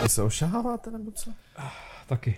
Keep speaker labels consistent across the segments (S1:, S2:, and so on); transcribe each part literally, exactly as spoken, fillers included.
S1: Vy se ošaháváte nebo co?
S2: Taky.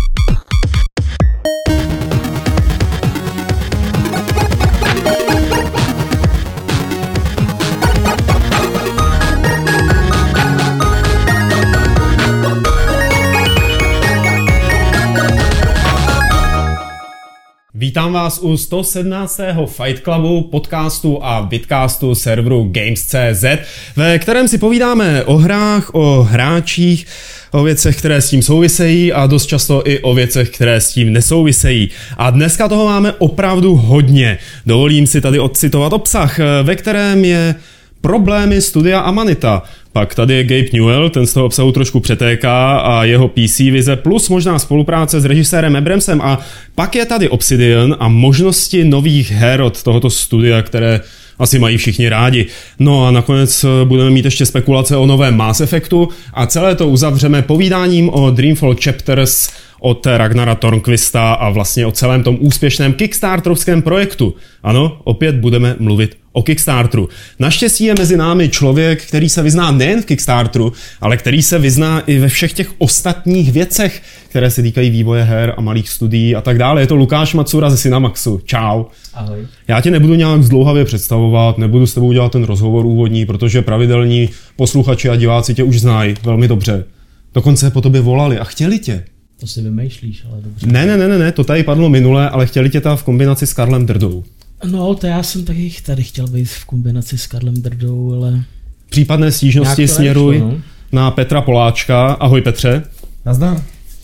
S3: Vítám vás u sto sedmnáctého Fight Clubu, podcastu a vidcastu serveru Games tečka cé zet, ve kterém si povídáme o hrách, o hráčích, o věcech, které s tím souvisejí a dost často i o věcech, které s tím nesouvisejí. A dneska toho máme opravdu hodně. Dovolím si tady odcitovat obsah, ve kterém je problémy studia Amanita. Pak tady je Gabe Newell, ten z toho obsahu trošku přetéká a jeho P C vize plus možná spolupráce s režisérem Abramsem a pak je tady Obsidian a možnosti nových her od tohoto studia, které asi mají všichni rádi. No a nakonec budeme mít ještě spekulace o novém Mass Effectu a celé to uzavřeme povídáním o Dreamfall Chapters od Ragnara Tornquista a vlastně o celém tom úspěšném kickstarterovském projektu. Ano, opět budeme mluvit o Kickstarteru. Naštěstí je mezi námi člověk, který se vyzná nejen v Kickstarteru, ale který se vyzná i ve všech těch ostatních věcech, které se týkají vývoje her a malých studií a tak dále. Je to Lukáš Macura ze Cinemaxu. Čau.
S4: Ahoj.
S3: Já tě nebudu nějak zdlouhavě představovat, nebudu s tebou dělat ten rozhovor úvodní, protože pravidelní posluchači a diváci tě už znají velmi dobře. Dokonce po tobě volali a chtěli tě.
S4: To si vymýšlíš, ale dobře.
S3: Ne, ne, ne, ne, to tady padlo minule, ale chtěli tě tam v kombinaci s Karlem Drdou.
S4: No, to já jsem taky tady chtěl být v kombinaci s Karlem Drdou, ale...
S3: Případné stížnosti směruj
S4: nešlo, no?
S3: na Petra Poláčka. Ahoj Petře.
S1: Nazdar.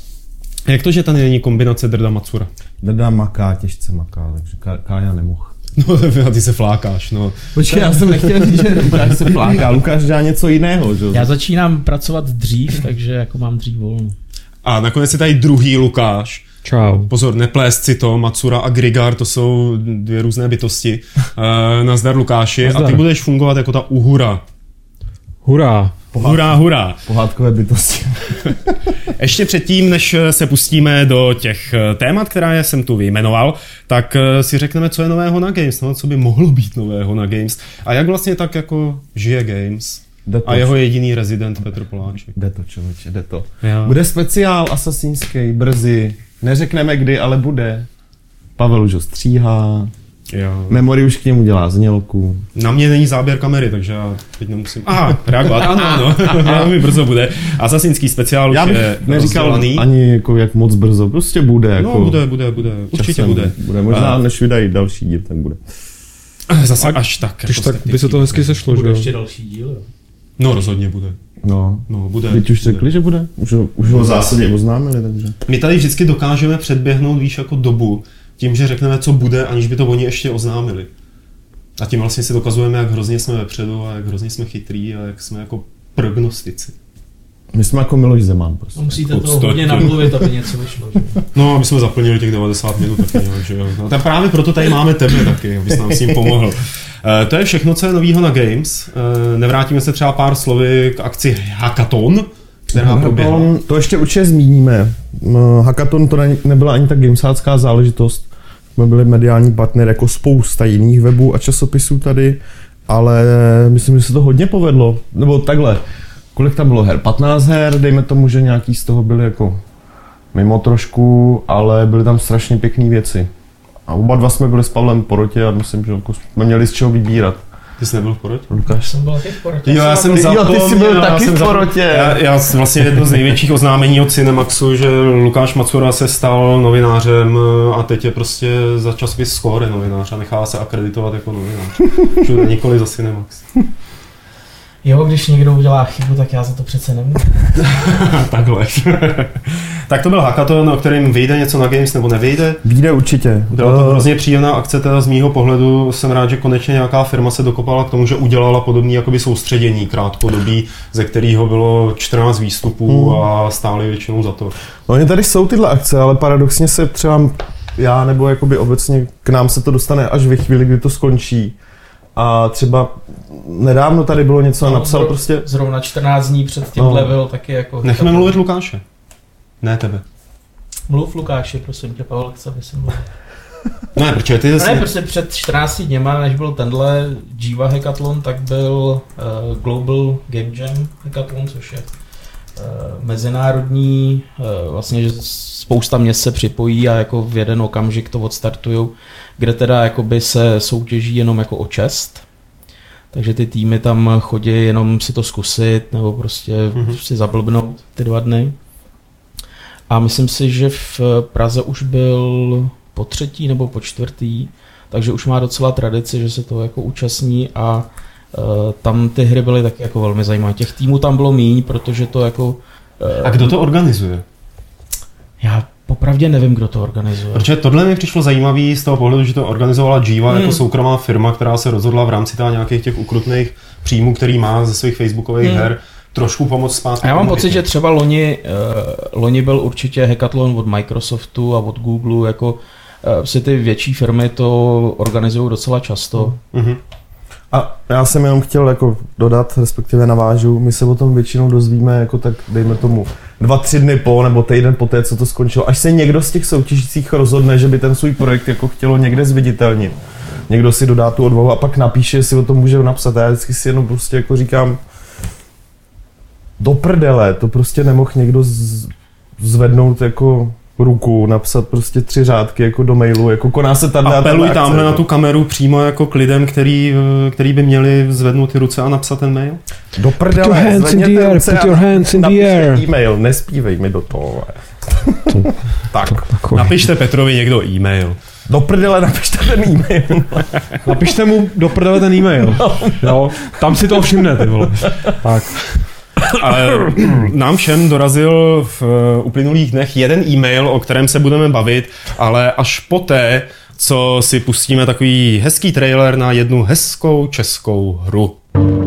S3: Jak to, že tady není kombinace Drda Macura?
S1: Drda maká, těžce maká, takže Kája nemohl.
S3: No, ty se flákáš, no.
S1: Počkej, já jsem nechtěl říct, že Lukáš se fláká, Lukáš dělá něco jiného, že?
S4: Já začínám pracovat dřív, takže jako mám dřív volno.
S3: A nakonec je tady druhý Lukáš.
S2: Čau.
S3: Pozor, neplést si to, Macura a Grigar, to jsou dvě různé bytosti. Uh, nazdar Lukáši, nazdar. A ty budeš fungovat jako ta uhura.
S2: Hurá.
S3: Pohádka. Hurá, hurá.
S1: Pohádkové bytosti.
S3: Ještě předtím, než se pustíme do těch témat, která jsem tu vyjmenoval, tak si řekneme, co je nového na Games, no, co by mohlo být nového na Games a jak vlastně tak jako žije Games. A jeho jediný rezident Petr Poláček.
S1: Jde to, člověče, jde to.
S3: Jo.
S1: Bude speciál asasínský, brzy. Neřekneme kdy, ale bude. Pavel už ho stříhá.
S3: Jo.
S1: Memory už k němu dělá znělku.
S3: Na mě není záběr kamery, takže já teď nemusím... Aha, reagovat, ano, ano, velmi brzo bude. Asasínský speciál už
S1: já bych
S3: je
S1: neříkal
S3: rozdělaný.
S1: Ani jako jak moc brzo, prostě bude. Jako
S3: no, bude, bude, bude, určitě bude.
S1: Bude, možná a... než vydají další díl, tak bude.
S3: Zase až tak.
S2: Když tak by se to hezky sešlo, že
S4: bude
S2: jo?
S4: ještě další díl, jo?
S3: No, rozhodně bude.
S1: No,
S3: no bude.
S1: Teď už
S3: bude.
S1: řekli, že bude? Už, už ho v zásadě oznámili, takže...
S3: My tady vždycky dokážeme předběhnout, víš, jako dobu, tím, že řekneme, co bude, aniž by to oni ještě oznámili. A tím vlastně si dokazujeme, jak hrozně jsme vepředu a jak hrozně jsme chytrý a jak jsme jako prognostici.
S1: My jsme jako Miloš Zeman prostě.
S4: No, musíte to hodně namluvit, aby něco vyšlo, že?
S3: No, my jsme zaplnili těch devadesát minut taky nějak, že jo. No, tak právě proto tady máme tebe taky, abys nám s tím pomohl. E, to je všechno, co je novýho na Games. E, nevrátíme se třeba pár slovy k akci Hackathon, která proběhla.
S1: To ještě určitě zmíníme. Hackathon to nebyla ani tak gamesácká záležitost. My byli mediální partner jako spousta jiných webů a časopisů tady, ale myslím, že se to hodně povedlo. Nebo takhle, kolik tam bylo her? patnáct her, dejme tomu, že nějaký z toho byly jako mimo trošku, ale byly tam strašně pěkné věci. A oba dva jsme byli s Pavlem v porotě a myslím, že jako jsme měli z čeho vybírat.
S3: Ty jsi nebyl v porotě?
S1: Lukáš.
S4: Jsem byl taky v porotě.
S3: Jo, já jsem zapomněl.
S1: Jo, ty jsi byl taky v porotě.
S3: Já, já vlastně jedno z největších oznámení od Cinemaxu, že Lukáš Macura se stal novinářem a teď je prostě za časopis Score novinář a nechává se akreditovat jako novinář. Všude, nikoli za Cinemax.
S4: Jo, když někdo udělá chybu, tak já za to přece nemůžu.
S3: Takhle. Tak to byl hackathon, o kterém vyjde něco na Games nebo nevyjde.
S1: Vyjde určitě.
S3: Byla to hrozně příjemná akce, teda z mýho pohledu jsem rád, že konečně nějaká firma se dokopala k tomu, že udělala podobný jakoby soustředění krátkodobí, ze kterého bylo čtrnáct výstupů hmm. a stály většinou za to.
S1: No, tady jsou tyhle akce, ale paradoxně se třeba já nebo jakoby obecně k nám se to dostane až ve chvíli, kdy to skončí. A třeba nedávno tady bylo něco
S4: no,
S1: a napsal
S4: zrovna,
S1: prostě...
S4: Zrovna čtrnáct dní před tím
S1: no.
S4: byl taky jako...
S3: Nechme mluvit Lukáše. Ne tebe.
S4: Mluv Lukáši, prosím tě, Pavel chce, aby jsem mluvil.
S3: Ne, protože ty
S4: zase... Ne, prostě před čtrnácti dněma, než byl tenhle Jiva Hackathon, tak byl uh, Global Game Jam Hackathon, což je mezinárodní, vlastně, že spousta měst se připojí a jako v jeden okamžik to odstartujou, kde teda jakoby se soutěží jenom jako o čest. Takže ty týmy tam chodí jenom si to zkusit nebo prostě mm-hmm. si zablbnout ty dva dny. A myslím si, že v Praze už byl po třetí nebo po čtvrtý, takže už má docela tradici, že se to jako účastní a uh, tam ty hry byly taky jako velmi zajímavé. Těch týmů tam bylo míň, protože to jako... Uh,
S3: a kdo to organizuje?
S4: Já popravdě nevím, kdo to organizuje.
S3: Protože tohle mi přišlo zajímavý z toho pohledu, že to organizovala Jiva hmm. jako soukromá firma, která se rozhodla v rámci ta nějakých těch ukrutných příjmů, který má ze svých facebookových hmm. her, trošku pomoct zpátky.
S4: A já mám pocit, že třeba loni, uh, loni byl určitě hackathon od Microsoftu a od Google, jako uh, si ty větší firmy to organizují docela často.
S1: Mm-hmm. A já jsem jenom chtěl jako dodat, respektive navážu, my se o tom většinou dozvíme jako tak dejme tomu dva, tři dny po nebo týden po té, co to skončilo. Až se někdo z těch soutěžících rozhodne, že by ten svůj projekt jako chtělo někde zviditelnit. Někdo si dodá tu odvahu a pak napíše, si o tom může napsat. A já vždycky si jenom prostě jako říkám, do prdele, to prostě nemohl někdo z, zvednout jako ruku, napsat prostě tři řádky jako do mailu, jako koná se tady.
S3: Apeluj tamhle na tu kameru přímo jako k lidem, který, který by měli zvednout ty ruce a napsat ten mail.
S1: Do prdele, zvedněte ruce
S2: put your hands in the air.
S1: E-mail, nespívej mi do toho. Tak,
S3: napište Petrovi někdo e-mail.
S1: Do prdele napište ten e-mail.
S2: Napište mu do prdele ten e-mail. No. Jo, tam si to všimne, ty vole. Tak.
S3: Ale nám všem dorazil v uplynulých dnech jeden e-mail, o kterém se budeme bavit, ale až poté, co si pustíme takový hezký trailer na jednu hezkou českou hru.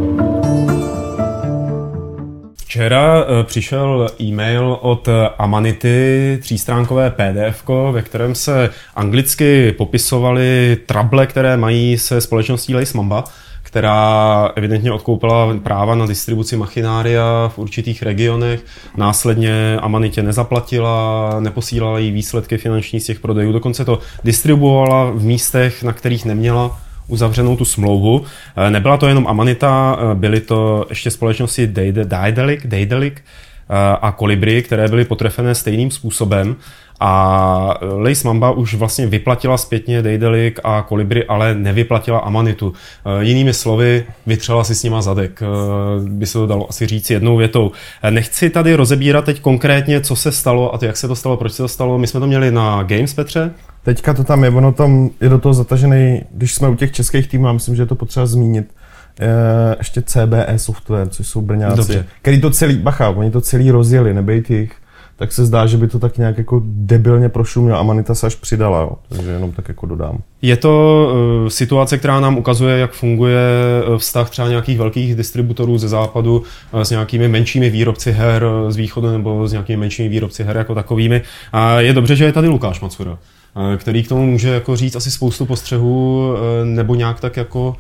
S3: Včera přišel e-mail od Amanity, třístránkové P D F-ko, ve kterém se anglicky popisovaly trable, které mají se společností Lace Mamba, která evidentně odkoupila práva na distribuci Machinária v určitých regionech. Následně Amanitě nezaplatila, neposílala jí výsledky finanční z těch prodejů, dokonce to distribuovala v místech, na kterých neměla uzavřenou tu smlouvu. Nebyla to jenom Amanita, byly to ještě společnosti Daedalic, Daedalic a Kolibri, které byly potrefené stejným způsobem. A Lace Mamba už vlastně vyplatila zpětně Daedalic a Kolibri, ale nevyplatila Amanitu. Jinými slovy, vytřela si s nima zadek, by se to dalo asi říct jednou větou. Nechci tady rozebírat teď konkrétně, co se stalo a to, jak se to stalo, proč se to stalo. My jsme to měli na Games, Petře.
S1: Teďka to tam je, ono tam je do toho zatažený, když jsme u těch českých týmů, a myslím, že je to potřeba zmínit, ještě C B E Software, což jsou Brňáci, dobře, který to celý, bacha, oni to celý rozjeli, nebejt jich, tak se zdá, že by to tak nějak jako debilně prošumělo a Amanita se až přidala, jo. Takže jenom tak jako dodám.
S3: Je to uh, situace, která nám ukazuje, jak funguje vztah třeba nějakých velkých distributorů ze západu uh, s nějakými menšími výrobci her z východu nebo s nějakými menšími výrobci her jako takovými. A je dobře, že je tady Lukáš Macura, uh, který k tomu může jako říct asi spoustu postřehů uh, nebo nějak tak jako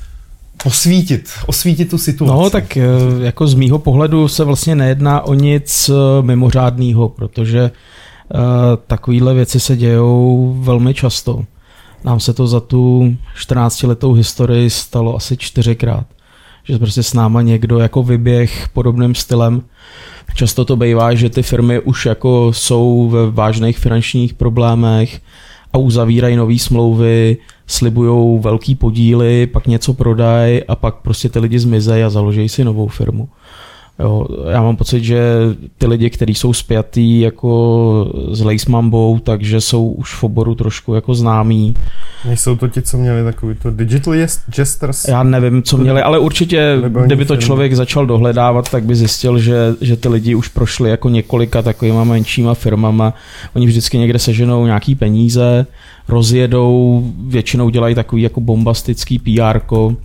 S3: osvítit, osvítit tu situaci.
S4: No tak jako z mýho pohledu se vlastně nejedná o nic mimořádného, protože uh, takovýhle věci se dějou velmi často. Nám se to za tu čtrnáctiletou historii stalo asi čtyřikrát. Že prostě s náma někdo jako vyběh podobným stylem. Často to bývá, že ty firmy už jako jsou ve vážných finančních problémech a uzavírají nové smlouvy, slibujou velký podíly, pak něco prodají a pak prostě ty lidi zmizejí a založí si novou firmu. Jo, já mám pocit, že ty lidi, kteří jsou spjatý jako s Lace Mambou, takže jsou už v oboru trošku jako známí.
S1: Nejsou to ti, co měli takový to Digital Jesters?
S4: Já nevím, co měli, ale určitě, kdyby to člověk začal dohledávat, tak by zjistil, že, že ty lidi už prošli jako několika takovýma menšíma firmama. Oni vždycky někde seženou nějaký peníze, rozjedou, většinou dělají takový jako bombastický P R ko,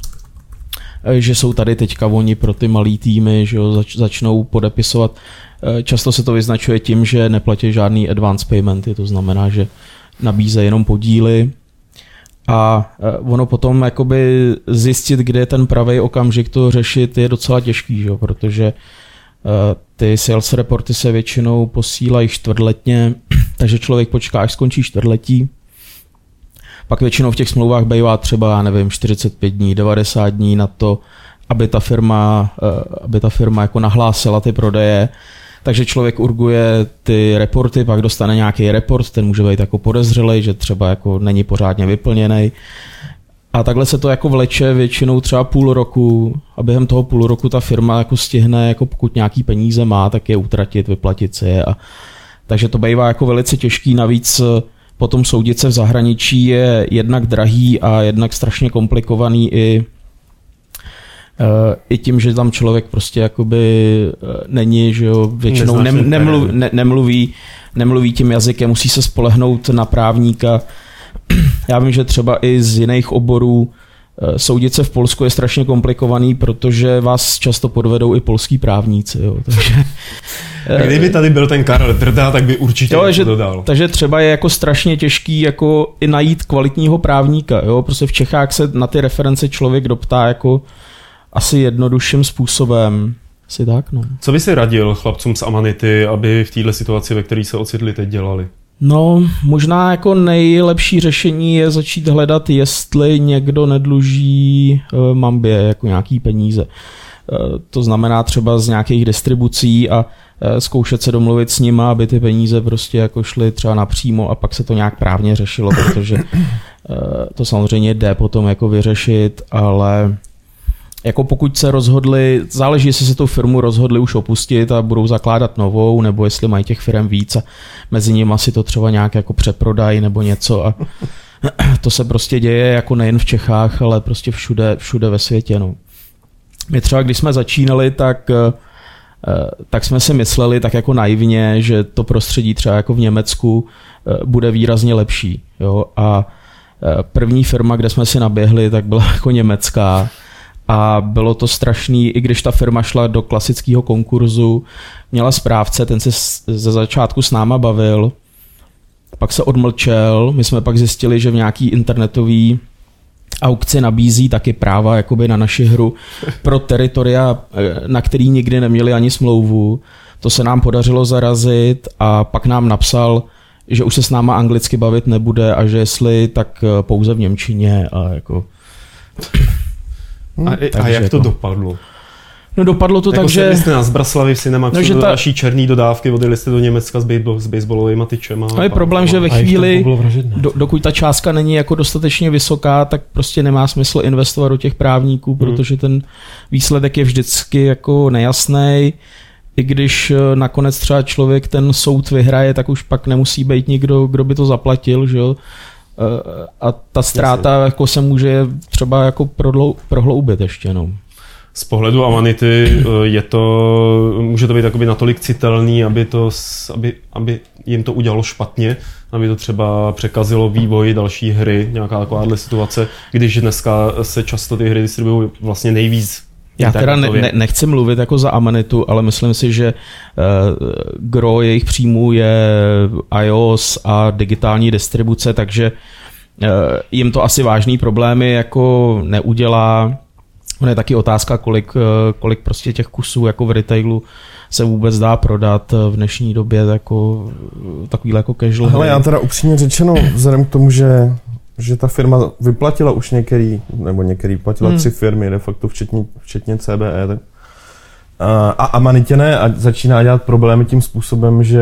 S4: že jsou tady teďka oni pro ty malý týmy, že jo, zač, začnou podepisovat. Často se to vyznačuje tím, že neplatí žádný advance paymenty, to znamená, že nabízejí jenom podíly. A ono potom jakoby zjistit, kde je ten pravý okamžik to řešit, je docela těžký, že jo, protože ty sales reporty se většinou posílají čtvrtletně, takže člověk počká, až skončí čtvrtletí. Pak většinou v těch smlouvách bývá třeba, já nevím, čtyřicet pět dní, devadesát dní na to, aby ta firma, aby ta firma jako nahlásila ty prodeje. Takže člověk urguje ty reporty, pak dostane nějaký report, ten může být jako podezřelej, že třeba jako není pořádně vyplněný. A takhle se to jako vleče většinou třeba půl roku a během toho půl roku ta firma jako stihne, jako pokud nějaký peníze má, tak je utratit, vyplatit si je. A takže to bývá jako velice těžký, navíc potom soudit se v zahraničí je jednak drahý a jednak strašně komplikovaný i i tím, že tam člověk prostě jakoby není, že jo, většinou nem, nemluví, ne, nemluví, nemluví tím jazykem, musí se spolehnout na právníka. Já vím, že třeba i z jiných oborů soudit se v Polsku je strašně komplikovaný, protože vás často podvedou i polský právníci. Jo, takže,
S3: kdyby tady byl ten Karel Drda, tak by určitě
S4: jo, že,
S3: dodal.
S4: Takže třeba je jako strašně těžký jako i najít kvalitního právníka. Jo? Prostě v Čechách se na ty reference člověk doptá jako asi jednodušším způsobem. Asi tak, no.
S3: Co by si radil chlapcům z Amanity, aby v této situaci, ve které se ocitli, teď dělali?
S4: No, možná jako nejlepší řešení je začít hledat, jestli někdo nedluží uh, Mambě jako nějaký peníze. Uh, to znamená třeba z nějakých distribucí a uh, zkoušet se domluvit s nima, aby ty peníze prostě jako šly třeba napřímo a pak se to nějak právně řešilo, protože uh, to samozřejmě jde potom jako vyřešit, ale jako pokud se rozhodli, záleží, jestli se tu firmu rozhodli už opustit a budou zakládat novou, nebo jestli mají těch firm víc a mezi nimi si to třeba nějak jako přeprodají nebo něco a to se prostě děje jako nejen v Čechách, ale prostě všude, všude ve světě. No. My třeba, když jsme začínali, tak, tak jsme si mysleli tak jako naivně, že to prostředí třeba jako v Německu bude výrazně lepší. Jo? A první firma, kde jsme si naběhli, tak byla jako německá. A bylo to strašný, i když ta firma šla do klasického konkurzu, měla správce, ten se ze začátku s náma bavil, pak se odmlčel, my jsme pak zjistili, že v nějaký internetový aukci nabízí taky práva jakoby na naši hru pro teritoria, na který nikdy neměli ani smlouvu. To se nám podařilo zarazit a pak nám napsal, že už se s náma anglicky bavit nebude a že jestli, tak pouze v němčině a jako...
S3: A, a jak to jako dopadlo?
S4: No dopadlo to
S3: jako
S4: tak, že...
S3: jste na Zbraslavi v Cinemaxu, no, že do ta... další černý dodávky, odjeli jste do Německa s, baseball, s baseballovými tyčema.
S4: No je problém, že ve chvíli, do, dokud ta částka není jako dostatečně vysoká, tak prostě nemá smysl investovat do těch právníků, hmm. protože ten výsledek je vždycky jako nejasný. I když nakonec třeba člověk ten soud vyhraje, tak už pak nemusí být nikdo, kdo by to zaplatil, že jo? A ta ztráta jako se může třeba jako prodlou, prohloubit ještě. No.
S3: Z pohledu Amanity je to, může to být takoby natolik citelný, aby, to, aby, aby jim to udělalo špatně, aby to třeba překazilo vývoj další hry, nějaká takováhle situace, když dneska se často ty hry distribuují vlastně nejvíc.
S4: Já teda ne, ne, nechci mluvit jako za Amanitu, ale myslím si, že uh, gro jejich příjmů je iOS a digitální distribuce, takže uh, jim to asi vážný problémy jako neudělá. Ono je taky otázka, kolik, uh, kolik prostě těch kusů jako v retailu se vůbec dá prodat v dnešní době jako, takovýhle jako casual.
S1: Hele, já teda upřímně řečeno, vzhledem k tomu, že že ta firma vyplatila už některý, nebo některý platila hmm. tři firmy, de facto včetně, včetně C B E. Tak. A, a Amanitě ne, a začíná dělat problémy tím způsobem, že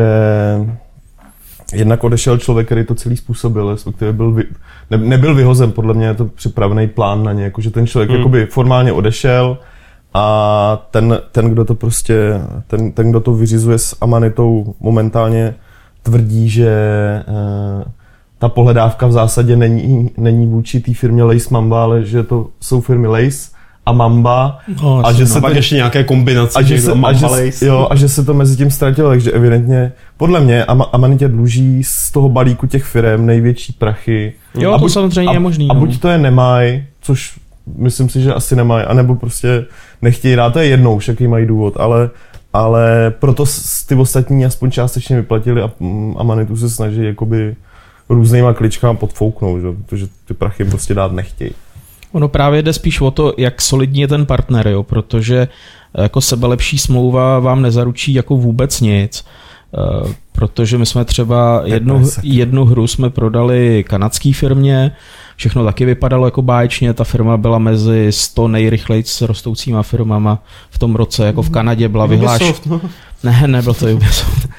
S1: jednak odešel člověk, který to celý způsobil, respektive byl vy, ne, nebyl vyhozen, podle mě je to připravený plán na ně, jakože ten člověk hmm. jakoby formálně odešel a ten, ten, kdo to prostě, ten, ten, kdo to vyřizuje s Amanitou, momentálně tvrdí, že eh, ta pohledávka v zásadě není, není vůči té firmě Lace Mamba, ale že to jsou firmy Lace a Mamba.
S3: No, a že se pak ještě nějaké kombinace,
S1: a že se,
S3: Mamba,
S1: a že,
S3: Lace.
S1: Jo, a že se to mezi tím ztratilo, takže evidentně, podle mě, Amanitě dluží z toho balíku těch firem největší prachy.
S4: Jo,
S1: a
S4: to
S1: buď,
S4: samozřejmě
S1: a,
S4: je možný.
S1: A
S4: no.
S1: buď to je nemají, což myslím si, že asi nemají, anebo prostě nechtějí dát, to je jednou, však mají důvod, ale ale proto ty ostatní aspoň částečně vyplatili a Amanitu se snaží jakoby různýma kličkama podfouknout, že? Protože ty prachy prostě dát nechtějí.
S4: Ono právě jde spíš o to, jak solidní je ten partner, jo? Protože jako sebelepší smlouva vám nezaručí jako vůbec nic, uh, protože my jsme třeba jednu, jednu hru jsme prodali kanadské firmě, všechno taky vypadalo jako báječně, ta firma byla mezi sto nejrychleji rostoucíma firmama v tom roce, jako v Kanadě byla vyhlášena. No. Ne, nebyl to Ubisoft.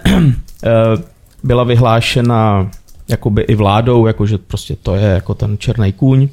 S4: Byla vyhlášena jakoby i vládou, jakože prostě to je jako ten černý kůň.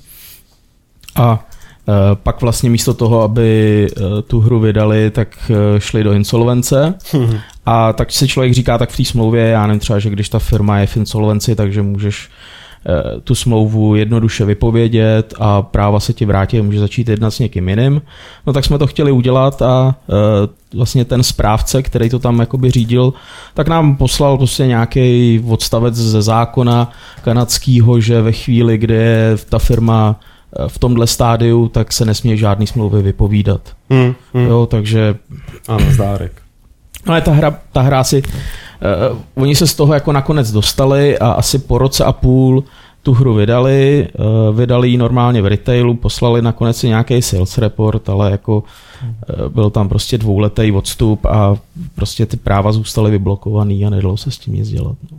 S4: A e, pak vlastně místo toho, aby e, tu hru vydali, tak e, šli do insolvence. Hmm. A tak si člověk říká, tak v té smlouvě, já nevím třeba, že když ta firma je v insolvenci, takže můžeš e, tu smlouvu jednoduše vypovědět a práva se ti vrátí a může začít jednat s někým jiným. No tak jsme to chtěli udělat a e, vlastně ten správce, který to tam jakoby řídil, tak nám poslal prostě nějaký odstavec ze zákona kanadského, že ve chvíli, kdy je ta firma v tomhle stádiu, tak se nesmí žádný smlouvy vypovídat. Hmm, hmm. Jo, takže...
S3: Ano, zdárek.
S4: Ale ta hra, ta hra si... Uh, oni se z toho jako nakonec dostali a asi po roce a půl tu hru vydali, uh, vydali ji normálně v retailu, poslali nakonec si nějaký sales report, ale jako uh, byl tam prostě dvouletý odstup a prostě ty práva zůstaly vyblokovaný a nedalo se s tím nic dělat. No.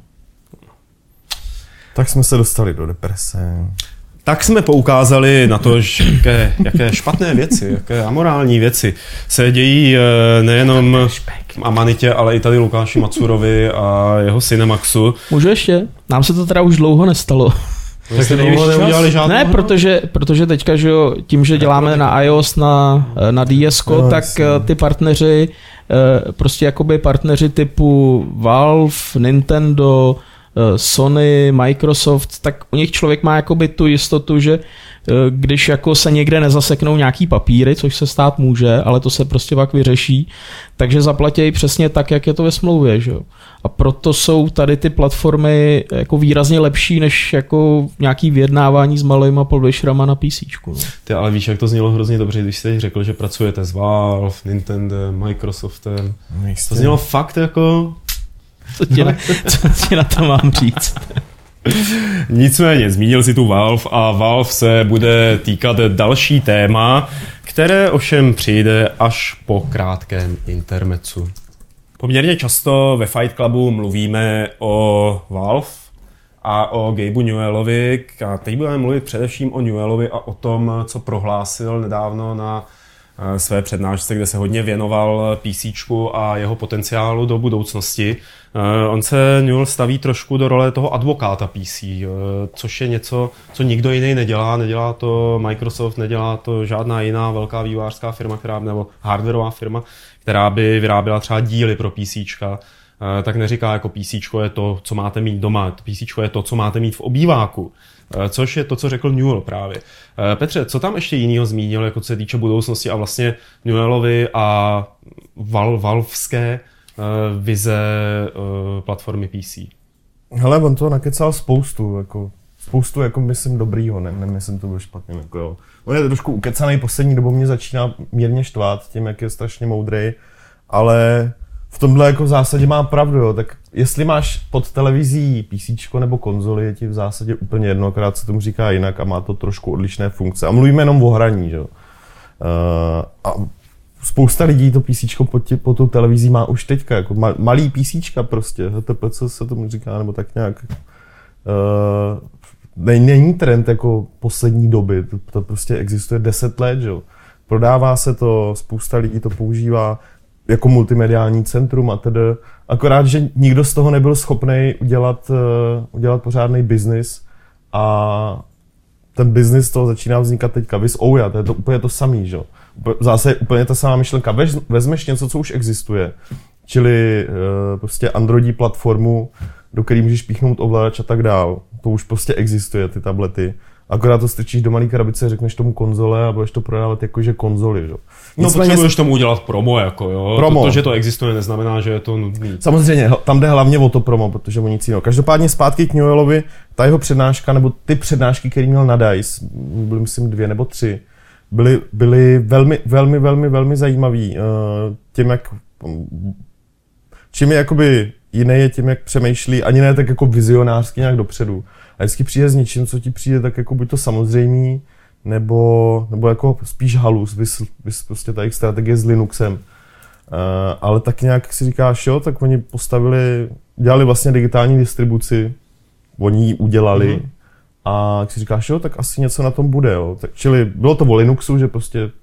S1: Tak jsme se dostali do deprese.
S3: Tak jsme poukázali na to, že jaké, jaké špatné věci, jaké amorální věci se dějí nejenom Amanitě, ale i tady Lukáši Macurovi a jeho Cinemaxu.
S4: Můžu ještě? Nám se to teda už dlouho nestalo.
S3: Tak jste dlouho neudělali žádnou
S4: Ne, protože, protože teďka, že jo, tím, že děláme na iOS, na, na D S ko, no, tak jasný. Ty partneři, prostě jakoby partneři typu Valve, Nintendo, Sony, Microsoft, tak u nich člověk má jakoby tu jistotu, že když jako se někde nezaseknou nějaký papíry, což se stát může, ale to se prostě pak vyřeší, takže zaplatí přesně tak, jak je to ve smlouvě, že jo. A proto jsou tady ty platformy jako výrazně lepší, než jako nějaký vyjednávání s malýma publisherama na PCčku. No.
S3: Ty ale víš, jak to znělo hrozně dobře, když jste řekl, že pracujete s Valve, Nintendo, Microsoftem. To znělo fakt jako...
S4: Co ti, na, co ti na to mám říct?
S3: Nicméně, zmínil si tu Valve a Valve se bude týkat další téma, které ovšem přijde až po krátkém intermezzu. Poměrně často ve Fight Clubu mluvíme o Valve a o Gabu Newellovi a teď budeme mluvit především o Newellovi a o tom, co prohlásil nedávno na své přednášce, kde se hodně věnoval PCčku a jeho potenciálu do budoucnosti. On se Newell staví trošku do role toho advokáta P C, což je něco, co nikdo jiný nedělá. Nedělá to Microsoft, nedělá to žádná jiná velká vývojářská firma, která, nebo hardwareová firma, která by vyráběla třeba díly pro PCčka. Tak neříká jako PCčko je to, co máte mít doma, PCčko je to, co máte mít v obýváku. Což je to, co řekl Newell právě. Petře, co tam ještě jinýho zmínil, jako co se týče budoucnosti a vlastně Newellovi a val, valvské vize platformy P C?
S1: Hele, on to nakecal spoustu, jako, spoustu, jako myslím, dobrýho, ne, nemyslím to bylo špatně, jako jo. On je trošku ukecanej, poslední dobou mě začíná mírně štvát tím, jak je strašně moudrej, ale v tomhle jako v zásadě má pravdu, jo. Tak jestli máš pod televizí PCčko nebo konzoli, je ti v zásadě úplně jedno, akorát se tomu říká jinak a má to trošku odlišné funkce. A mluvíme jenom o hraní, jo. Uh, a spousta lidí to PCčko pod, tě, pod tou televizí má už teďka, jako ma, malý PCčka prostě, H T P C se tomu říká, nebo tak nějak. Uh, ne, není trend jako poslední doby, to, to prostě existuje deset let, jo. Prodává se to, spousta lidí to používá jako multimediální centrum a tedy. Akorát, že nikdo z toho nebyl schopný udělat, uh, udělat pořádný biznis a ten biznis toho začíná vznikat teďka. Vys Ouya, to je to úplně to samý, že? Zase je úplně ta samá myšlenka. Vez, vezmeš něco, co už existuje, čili uh, prostě Androidí platformu, do které můžeš píchnout ovladač a tak dál. To už prostě existuje, ty tablety. Akorát to strčíš do malý krabice, řekneš tomu konzole a budeš to prodávat jakože konzoli, jo.
S3: No potřebuješ tomu udělat promo, jako jo.
S1: Promo.
S3: To, to, že to existuje, neznamená, že je to nutný.
S1: Samozřejmě, tam jde hlavně o to promo, protože o nic jiného. Každopádně zpátky k Newellovi, ta jeho přednáška, nebo ty přednášky, které měl na DICE, byly myslím dvě nebo tři, byly, byly velmi, velmi, velmi, velmi zajímavý. Tím, jak... Čím je jakoby jiný je tím, jak přemýšlí, ani ne tak jako vizionářsky nějak dopředu. A vždycky přijde s něčím, co ti přijde tak jako buď to samozřejmý, nebo, nebo jako spíš halus, vys, vys prostě ta jejich strategie s Linuxem. Uh, ale tak nějak si říkáš, jo, tak oni postavili, dělali vlastně digitální distribuci, oni ji udělali mm-hmm. A když si říkáš, jo, tak asi něco na tom bude, jo. Tak, čili bylo to o Linuxu, že prostě uh,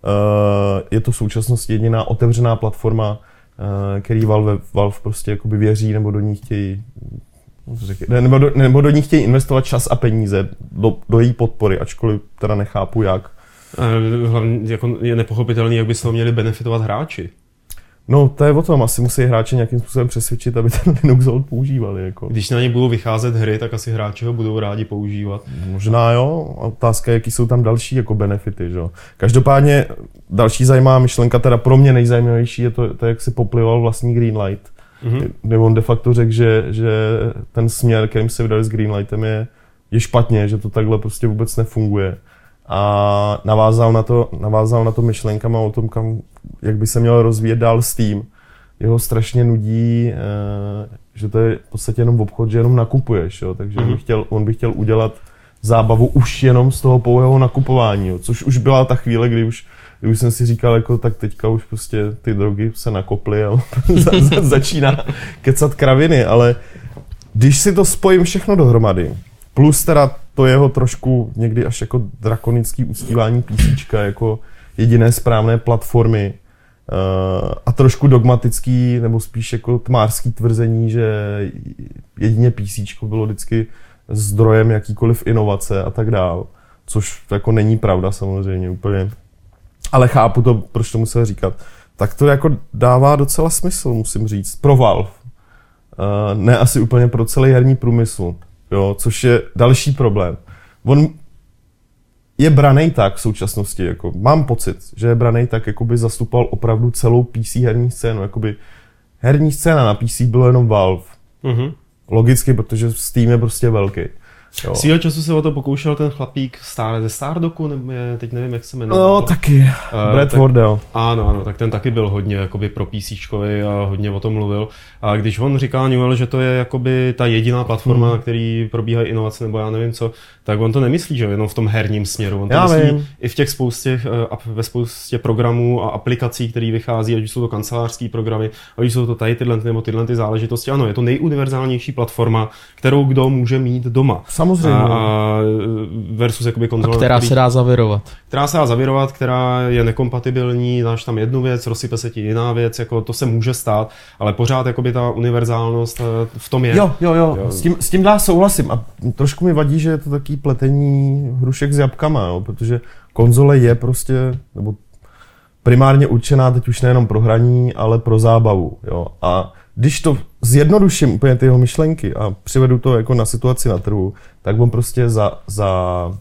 S1: je to v současnosti jediná otevřená platforma, uh, který Valve, Valve prostě jakoby věří, nebo do ní chtějí nebo do, nebo do ní chtějí investovat čas a peníze do, do její podpory, ačkoliv teda nechápu jak.
S3: Hlavně jako je nepochopitelný, jak by se toho měli benefitovat hráči.
S1: No, to je o tom, asi musí hráči nějakým způsobem přesvědčit, aby ten Linux Hold používali. Jako.
S3: Když na ně budou vycházet hry, tak asi hráči ho budou rádi používat.
S1: Možná jo, a otázka je, jaký jsou tam další jako benefity. Že? Každopádně další zajímavá myšlenka, teda pro mě nejzajímavější, je to, to jak si poplival vlastní Greenlight. Mm-hmm. Kde on de facto řekl, že, že ten směr, kterým se vydali s Greenlightem, je, je špatně, že to takhle prostě vůbec nefunguje. A navázal na to, navázal na to myšlenkama o tom, kam, jak by se měl rozvíjet dál Steam. Jeho strašně nudí, eh, že to je v podstatě jenom obchod, že jenom nakupuješ, jo? Takže mm-hmm. by chtěl, on by chtěl udělat zábavu už jenom z toho pouhého nakupování, jo? Což už byla ta chvíle, kdy už, kdy už jsem si říkal, jako, tak teďka už prostě ty drogy se nakoply a za, za, začíná kecat kraviny, ale když si to spojím všechno dohromady, plus teda to jeho trošku někdy až jako drakonický uctívání PCčka jako jediné správné platformy uh, a trošku dogmatický nebo spíš jako tmářský tvrzení, že jedině PCčko bylo vždycky zdrojem jakýkoliv inovace a tak dál, což jako není pravda samozřejmě úplně, ale chápu to, proč to musel říkat. Tak to jako dává docela smysl, musím říct, pro Valve, uh, ne asi úplně pro celý herní průmysl. Jo, což je další problém. On je branej tak v současnosti, jako mám pocit, že je branej tak, jako by zastupoval opravdu celou P C herní scénu. Jakoby herní scéna na P C bylo jenom Valve. Mm-hmm. Logicky, protože Steam je prostě velký. Jo.
S3: Svýho času se o to pokoušel ten chlapík Star, ze Stardoku, nebo je, teď nevím, jak se jmenuje.
S1: No, taky. Uh, Brad Wardell.
S3: Ano, ano, tak ten taky byl hodně jakoby pro PCčkovi a hodně o tom mluvil. A když on říkal Newell, že to je jakoby ta jediná platforma, hmm. na který probíhají inovace, nebo já nevím co, tak on to nemyslí, že jenom v tom herním směru. On to já myslí vím. I v těch spoustě, ve spoustě programů a aplikací, které vychází, ať jsou to kancelářský programy, ať jsou to tady tyhle nebo tyhle ty záležitosti. Ano, je to nejuniverzálnější platforma, kterou kdo může mít doma.
S1: Samozřejmě.
S3: A versus jakoby konzole,
S4: která který, se dá zavirovat.
S3: Která se dá zavirovat, která je nekompatibilní, dáš tam jednu věc, rozsype se ti jiná věc, jako to se může stát, ale pořád jakoby ta univerzálnost v tom je.
S1: Jo, jo, jo, jo. S tím, s tím dá souhlasím a trošku mi vadí, že je to taký pletení hrušek s jabkama, jo, protože konzole je prostě, nebo primárně určená teď už nejenom pro hraní, ale pro zábavu, jo, a když to zjednoduším úplně ty jeho myšlenky a přivedu to jako na situaci na trhu, tak on prostě za, za,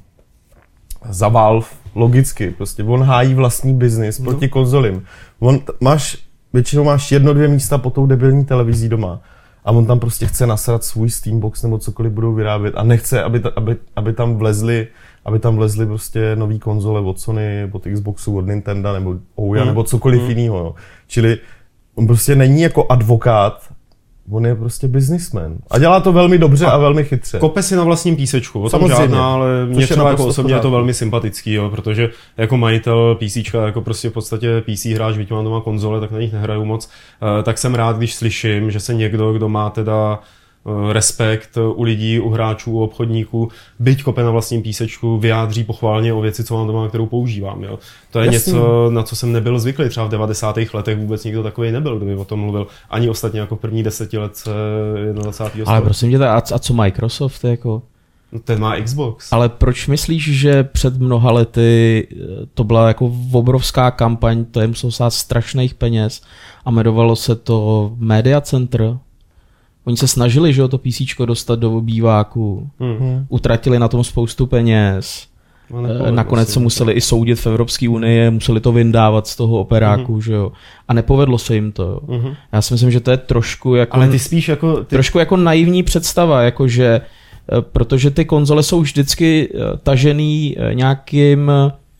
S1: za Valve logicky, prostě on hájí vlastní biznis proti no. konzolím. On máš, většinou máš jedno, dvě místa pod tou debilní televizí doma a on tam prostě chce nasrat svůj Steambox nebo cokoliv budou vyrábět a nechce, aby, ta, aby, aby tam vlezly aby tam vlezly prostě nový konzole od Sony, od Xboxu, od Nintendo nebo Ouya hmm. nebo cokoliv hmm. jiného. Jo. Čili on prostě není jako advokát, on je prostě businessman. A dělá to velmi dobře a, a velmi chytře.
S3: Kope si na vlastním písečku, o tom žádná, ale mě třeba jako osobně je to velmi sympatický, jo, protože jako majitel PCčka, jako prostě v podstatě P C hráč, byť mám doma konzole, tak na nich nehraju moc, tak jsem rád, když slyším, že se někdo, kdo má teda respekt u lidí, u hráčů, u obchodníků, byť kope na vlastním písečku, vyjádří pochválně o věci, co mám doma, kterou používám. Jo. To je Jasný. něco, na co jsem nebyl zvyklý. Třeba v devadesátých letech vůbec nikdo takový nebyl, kdo by o tom mluvil. Ani ostatně jako v první deseti let jednadvacátého
S4: Ale prosím tě, a co Microsoft? Jako?
S3: Ten má Xbox.
S4: Ale proč myslíš, že před mnoha lety to byla jako obrovská kampaň, to jim muselo stát strašných peněz a jmenovalo se to Media Center? Oni se snažili, že o to PCčko dostat do obýváku, mm-hmm. utratili na tom spoustu peněz, no, nakonec se museli i soudit v Evropské unii, museli to vyndávat z toho operáku, mm-hmm. že jo. A nepovedlo se jim to, jo. Mm-hmm. Já si myslím, že to je trošku jako,
S3: Ale ty spíš jako ty...
S4: trošku jako naivní představa, jakože, protože ty konzole jsou vždycky tažený nějakým,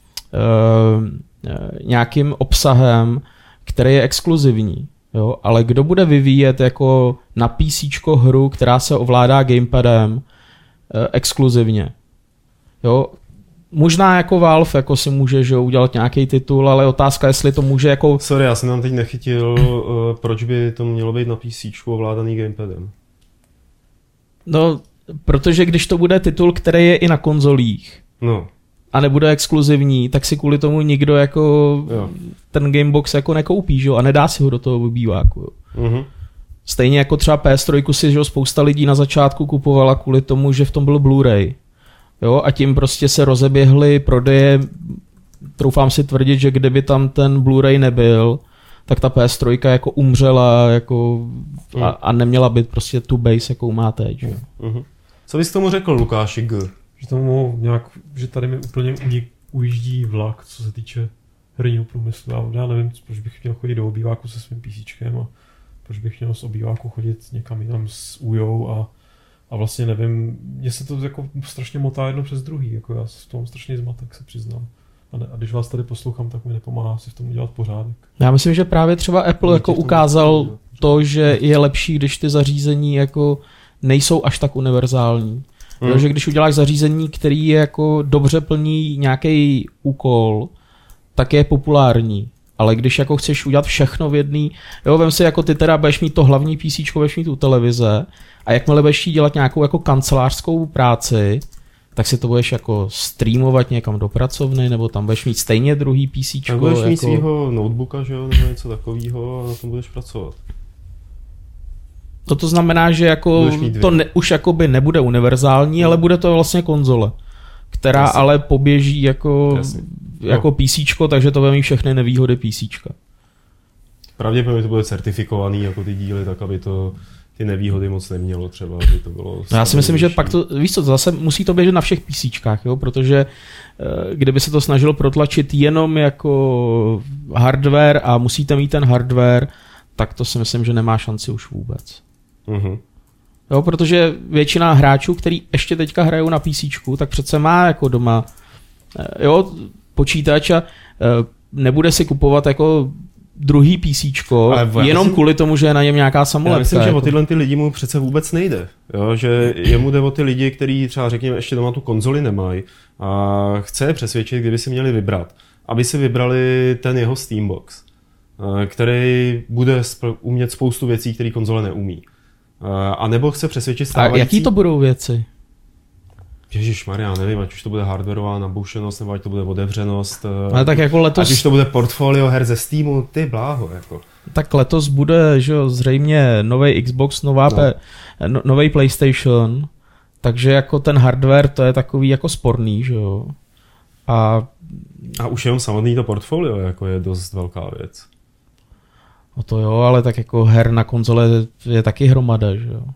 S4: nějakým obsahem, který je exkluzivní. Jo, ale kdo bude vyvíjet jako na PCčko hru, která se ovládá gamepadem eh, exkluzivně? Jo, možná jako Valve jako si může že, udělat nějaký titul, ale otázka, jestli to může jako...
S3: Sorry, já jsem tam teď nechytil, uh, proč by to mělo být na PCčku ovládaný gamepadem.
S4: No, protože když to bude titul, který je i na konzolích,
S5: no.
S4: a nebude exkluzivní, tak si kvůli tomu nikdo jako jo. ten Gamebox jako nekoupí, že? A nedá si ho do toho obýváku.
S5: Mm-hmm.
S4: Stejně jako třeba P S tři si, že spousta lidí na začátku kupovala kvůli tomu, že v tom byl Blu-ray. Jo? A tím prostě se rozeběhly prodeje. Troufám si tvrdit, že kdyby tam ten Blu-ray nebyl, tak ta P S tři jako umřela jako mm. a, a neměla by prostě tu base, jakou má teď. Že?
S5: Mm-hmm. Co bys k tomu řekl, Lukáši G?
S2: Že tomu nějak, že tady mi úplně ujíždí vlak, co se týče herního průmyslu. Já, já nevím, proč bych měl chodit do obýváku se svým PCčkem a proč bych měl z obýváku chodit někam jinam s újou a, a vlastně nevím, mně se to jako strašně motá jedno přes druhý, jako já v tom strašně zmatek, se přiznám. A, ne, a když vás tady poslouchám, tak mi nepomáhá si v tom udělat pořádek.
S4: Já myslím, že právě třeba Apple jako ukázal to, že je lepší, když ty zařízení jako nejsou až tak univerzální. Hmm. Jo, že když uděláš zařízení, který je jako dobře plní nějaký úkol, tak je populární. Ale když jako chceš udělat všechno v jedný, jo, vem si jako ty teda budeš mít to hlavní PCčko, budeš mít u televize a jakmile budeš dělat nějakou jako kancelářskou práci, tak si to budeš jako streamovat někam do pracovny, nebo tam budeš mít stejně druhý PCčko.
S5: Tak budeš
S4: jako...
S5: mít svýho notebooka, že jo, nebo něco takového a na tom budeš pracovat.
S4: To to znamená, že jako to ne, už jakoby nebude univerzální, ale bude to vlastně konzole, která Jasně. ale poběží jako, jako no. PCčko, takže to bude mít všechny nevýhody PCčka.
S5: Pravděpodobně to bude certifikovaný jako ty díly, tak aby to ty nevýhody moc nemělo třeba, aby to bylo...
S4: Já si myslím, že pak to, víš co, zase musí to běžet na všech PCčkách, jo, protože kdyby se to snažilo protlačit jenom jako hardware a musíte mít ten hardware, tak to si myslím, že nemá šanci už vůbec.
S5: Mm-hmm.
S4: Jo, protože většina hráčů, který ještě teďka hrajou na PCčku, tak přece má jako doma jo, počítač a nebude si kupovat jako druhý PCčko, jenom myslím, kvůli tomu, že je na něm nějaká samolepka.
S5: Já myslím,
S4: jako.
S5: že o tyhle ty lidi mu přece vůbec nejde. Jo? Že jemu jde o ty lidi, kteří třeba řekněme ještě doma tu konzoli nemají a chce je přesvědčit, kdyby si měli vybrat, aby si vybrali ten jeho Steambox, který bude umět spoustu věcí, které konzole neumí. A nebo chce přesvědčit stávající...
S4: A jaký to budou věci?
S5: Ježišmarja, nevím, ať už to bude hardwareová naboušenost, nebo ať to bude otevřenost.
S4: Ale tak jako letos...
S5: Ať už to bude portfolio her ze Steamu, ty bláho, jako.
S4: Tak letos bude, že jo, zřejmě nový Xbox, nová no. P... no, nový PlayStation, takže jako ten hardware, to je takový jako sporný, že jo. A...
S5: A už jenom samotný to portfolio, jako je dost velká věc.
S4: No to jo, ale tak jako her na konzole je taky hromada, že jo.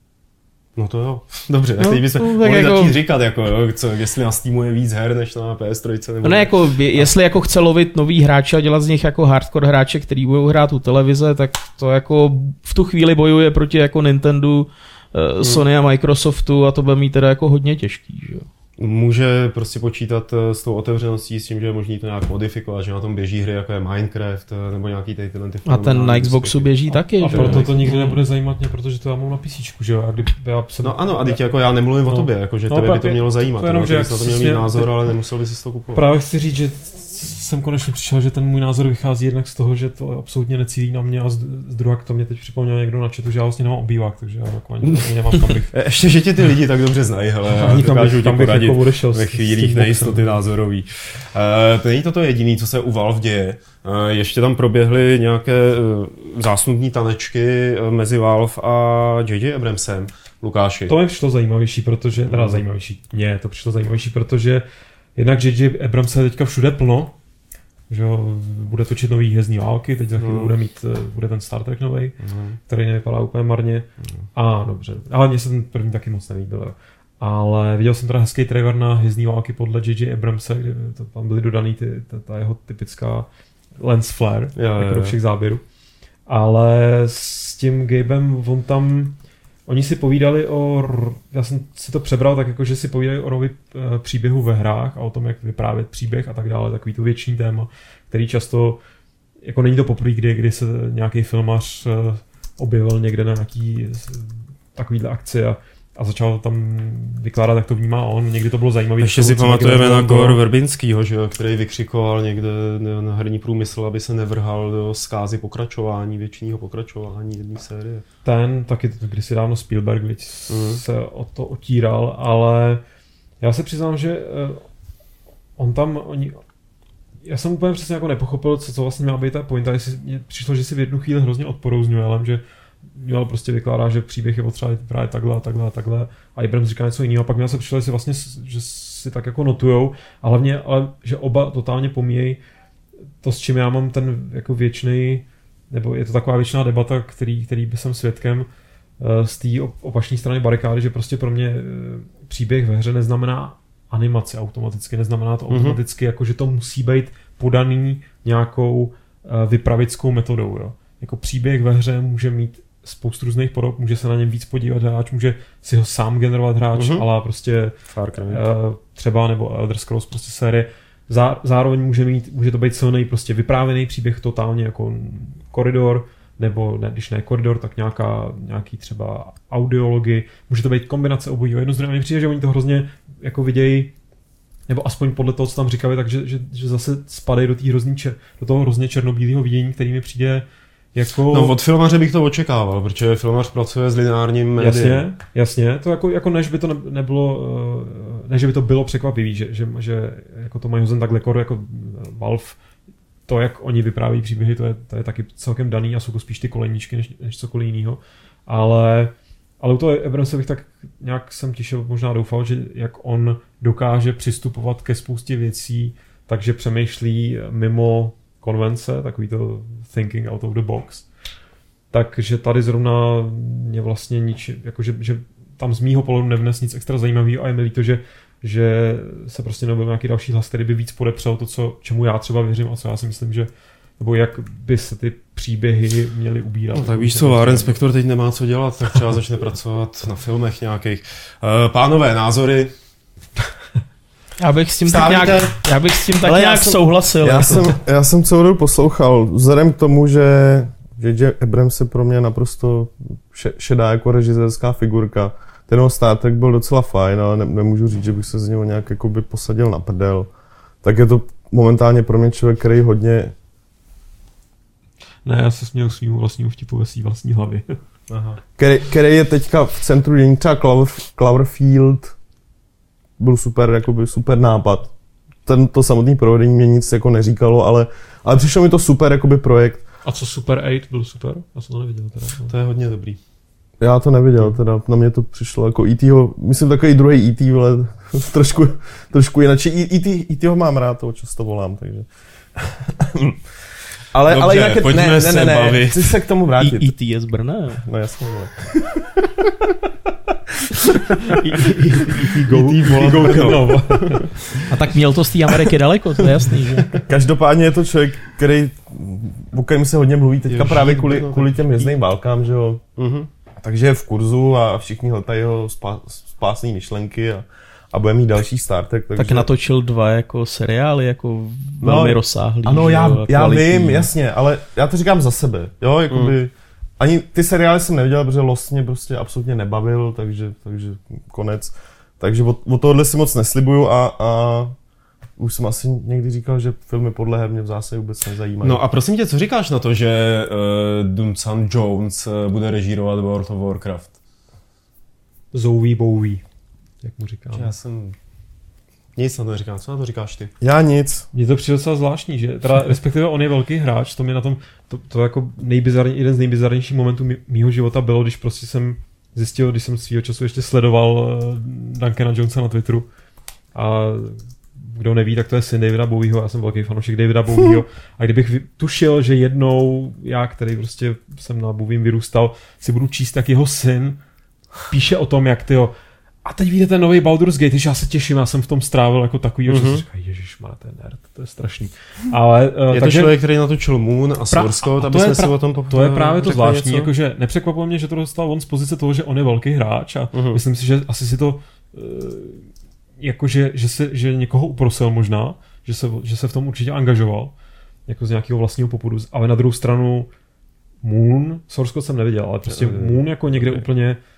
S5: No to jo, dobře, tak
S4: no,
S5: teď bychom
S4: no,
S5: mohli
S4: jako...
S5: začít říkat, jako, jo, co, jestli na Steamu je víc her, než na P S tři. Nebo
S4: no ne, jako, jestli jako chce lovit nový hráče a dělat z nich jako hardcore hráče, který budou hrát u televize, tak to jako v tu chvíli bojuje proti jako Nintendo, hmm. Sony a Microsoftu a to bude mít teda jako hodně těžký, že jo.
S5: Může prostě počítat s tou otevřeností, s tím, že je možný to nějak modifikovat, že na tom běží hry, jako je Minecraft, nebo nějaký tady tyhle ty...
S4: A ten na Xboxu běží
S2: a,
S4: taky,
S2: a
S4: že?
S2: A proto to nikdy nebude zajímat mě, protože to já mám na PCčku, že jo? A kdyby já jsem...
S5: No ano, a teď jako já nemluvím no. o tobě, jako, že no, tebe by to mělo zajímat, to, to jenom, že bys na to měl mít názor, ale nemusel bys si to kupovat.
S2: Právě chci říct, že jsem konečně přišel, že ten můj názor vychází jednak z toho, že to absolutně necílí na mě a z druhé to mě teď připomněl někdo na chatu, že já vlastně nemám obývák, takže já jako ani nemám kam bych.
S5: Ještě, že tě ty lidi tak dobře znají, hele, já dokážu tě poradit jako ve chvílích nejistoty názorový. Uh, to není to to jediný, co se u Valve děje. Uh, ještě tam proběhly nějaké uh, zásnubní tanečky mezi Valve a J J Abramsem. Lukáši.
S2: To mi přišlo zajímavější, protože, teda mm. zajímavější, ne, to přišlo zajímavější, protože jednak J J Abrams je teďka všude plno, že bude točit nový Hvězdný války, teď za chvíli mm. bude mít, bude ten Star Trek novej, mm. který nevypadá úplně marně. Mm. A dobře, ale mně se ten první taky moc nelíbil. Jo. Ale viděl jsem teda hezký trailer na Hvězdný války podle J J Abramse, kde to, tam byly dodaný ty, ta, ta jeho typická lens flare, jo, jako do všech záběrů. Ale s tím Gabem, on tam, oni si povídali o, já jsem si to přebral tak jako, že si povídali o nový příběhu ve hrách a o tom, jak vyprávět příběh a tak dále, takový to věčný téma, který často, jako není to poprvé, kdy, kdy se nějaký filmař objevil někde na nějaký takovýhle akci a a začal tam vykládat, jak to vnímá on. Někdy to bylo zajímavé.
S5: Ještě si pamatujeme na Gore Verbinskýho, že, který vykřikoval někde na herní průmysl, aby se nevrhal do zkázy pokračování, věčního pokračování jedné série.
S2: Ten, taky kdysi dávno Spielberg víc, mm. se o to otíral, ale já se přiznám, že on tam, oni, já jsem úplně přesně jako nepochopil, co, co vlastně měla být ta pointa, jestli mně přišlo, že si v jednu chvíli hrozně odporouhl s Newellem, že Newell prostě vykládá, že příběh je potřeba právě takhle a takhle a takhle a Abrams říká něco jiného a pak mě se přišlo, že si vlastně, že si tak jako notujou a hlavně, ale že oba totálně pomíjejí to, s čím já mám ten jako věčný, nebo je to taková věčná debata, který, který by jsem svědkem z té opačné strany barikády, že prostě pro mě příběh ve hře neznamená animaci automaticky, neznamená to automaticky, mm-hmm. jako že to musí být podaný nějakou vypravickou metodou. Jo. Jako příběh ve hře může mít spoustu různých podob, může se na něm víc podívat hráč, může si ho sám generovat hráč, mm-hmm. ale prostě Far Cry. třeba nebo Elder Scrolls prostě série. Zároveň může mít, může to být silný prostě vyprávěný příběh totálně jako koridor, nebo ne, když ne koridor, tak nějaká, nějaký třeba audiology, může to být kombinace obojího. Jedno z druhého mi přijde, že oni to hrozně jako vidějí, nebo aspoň podle toho, co tam říkali, takže že, že zase spadají do, hrozný, do toho hrozně černobílého vidění, který mi přijde jako...
S5: No od filmaře bych to očekával, protože filmař pracuje s lineárním médiem.
S2: Jasně, jasně, to jako, jako než by to nebylo, než by to bylo překvapivý, že, že, že jako to mají hozen takhle kor, jako Valve, to, jak oni vypráví příběhy, to je, to je taky celkem daný a jsou to spíš ty koleníčky, než, než cokoliv jiného. Ale, ale u toho Abramse bych tak nějak jsem těšil, možná doufal, že jak on dokáže přistupovat ke spoustě věcí, takže přemýšlí mimo konvence, takový to thinking out of the box. Takže tady zrovna mě vlastně nič, jakože, že tam z mýho pohledu nevnes nic extra zajímavého a je mi líto, že že se prostě nebyl nějaký další hlas, který by víc podepřel to, co, čemu já třeba věřím a co já si myslím, že nebo jak by se ty příběhy měly ubírat.
S5: No, tak víš co, Warren Spector teď nemá co dělat, tak třeba začne pracovat na filmech nějakých. Uh, pánové, názory?
S4: Já bych s tím tak nějak, já bych s tím tak nějak jsem, souhlasil.
S1: Já, jako. jsem, já jsem celou dobu poslouchal, vzhledem k tomu, že J J Abrams je pro mě naprosto šedá jako režisérská figurka. Ten Star Trek byl docela fajn, ale ne, nemůžu říct, že bych se z něho nějak jakoby posadil na prdel. Tak je to momentálně pro mě člověk, který hodně...
S2: Ne, já se směl svýmu vlastnímu vtipu ve svý vlastní hlavě.
S1: Aha. Který, který je teďka v centru dění, třeba Clover, Cloverfield byl super, jakoby super nápad. Ten, to samotné provedení mě nic jako neříkalo, ale, ale přišlo mi to super jakoby projekt.
S2: A co Super osm byl super? Já jsem to neviděl teda.
S5: To je hodně dobrý.
S1: Já to neviděl, teda na mě to přišlo jako E T ho, myslím takový druhý E T, ale trošku, trošku jinak. E T ho mám rád, toho často volám, takže. ale,
S5: Dobře,
S1: ale jinak je,
S5: pojďme
S1: ne,
S5: se
S1: ne, ne,
S5: bavit.
S1: Chci se k tomu vrátit.
S4: E T je z Brna.
S1: No jasně, vole.
S4: A tak měl to z té Ameriky daleko, to je jasný, že?
S1: Každopádně je to člověk, který, o kterém se hodně mluví teďka Ježí, právě kvůli, kvůli těm hvězdným válkám, že jo. Uh-huh. Takže je v kurzu a všichni hltají jeho spá, spásné myšlenky a, a bude mít další Star Trek. Takže...
S4: Tak natočil dva jako seriály, jako velmi
S1: no,
S4: rozsáhlý.
S1: Ano, já, já vím, jasně, ale já to říkám za sebe, jo, jakoby... Mm. Ani ty seriály jsem neviděl, protože Lost mě prostě absolutně nebavil, takže, takže konec. Takže od, od tohohle si moc neslibuju a, a už jsem asi někdy říkal, že filmy podle her mě v zásadě vůbec nezajímají.
S5: No a prosím tě, co říkáš na to, že uh, Duncan Jones uh, bude režírovat World of Warcraft?
S2: Zouví bouví, jak mu říkám.
S5: Já jsem... Nic na to neříkám, co na to říkáš ty?
S1: Já nic.
S2: Mně to přijde docela zvláštní, že teda respektive on je velký hráč, to mi na tom, to, to jako nejbizarní, jeden z nejbizarnějších momentů mýho života bylo, když prostě jsem zjistil, když jsem svýho času ještě sledoval Duncana Jonesa na Twitteru a kdo neví, tak to je syn Davida Bowieho, já jsem velký fanoušek Davida Bowieho a kdybych tušil, že jednou já, který prostě jsem na Bowiem vyrůstal, si budu číst, tak jeho syn píše o tom, jak tyjo, a teď vyjde ten nový Baldur's Gate, já se těším, já jsem v tom strávil jako takový, mm-hmm. že si říkají, ježišmarja, ten nerd, to je strašný. Ale, uh,
S5: je
S2: takže,
S5: to člověk, který natočil Moon a Source Code, aby jsme si o tom
S2: To je právě to zvláštní, jakože nepřekvapuje mě, že to dostal on z pozice toho, že on je velký hráč a mm-hmm. myslím si, že asi si to, uh, jakože, že, se, že někoho uprosil možná, že se, že se v tom určitě angažoval, jako z nějakého vlastního popudu, ale na druhou stranu Moon, Source Code jsem neviděl, ale prostě Moon jako někde okay. úplně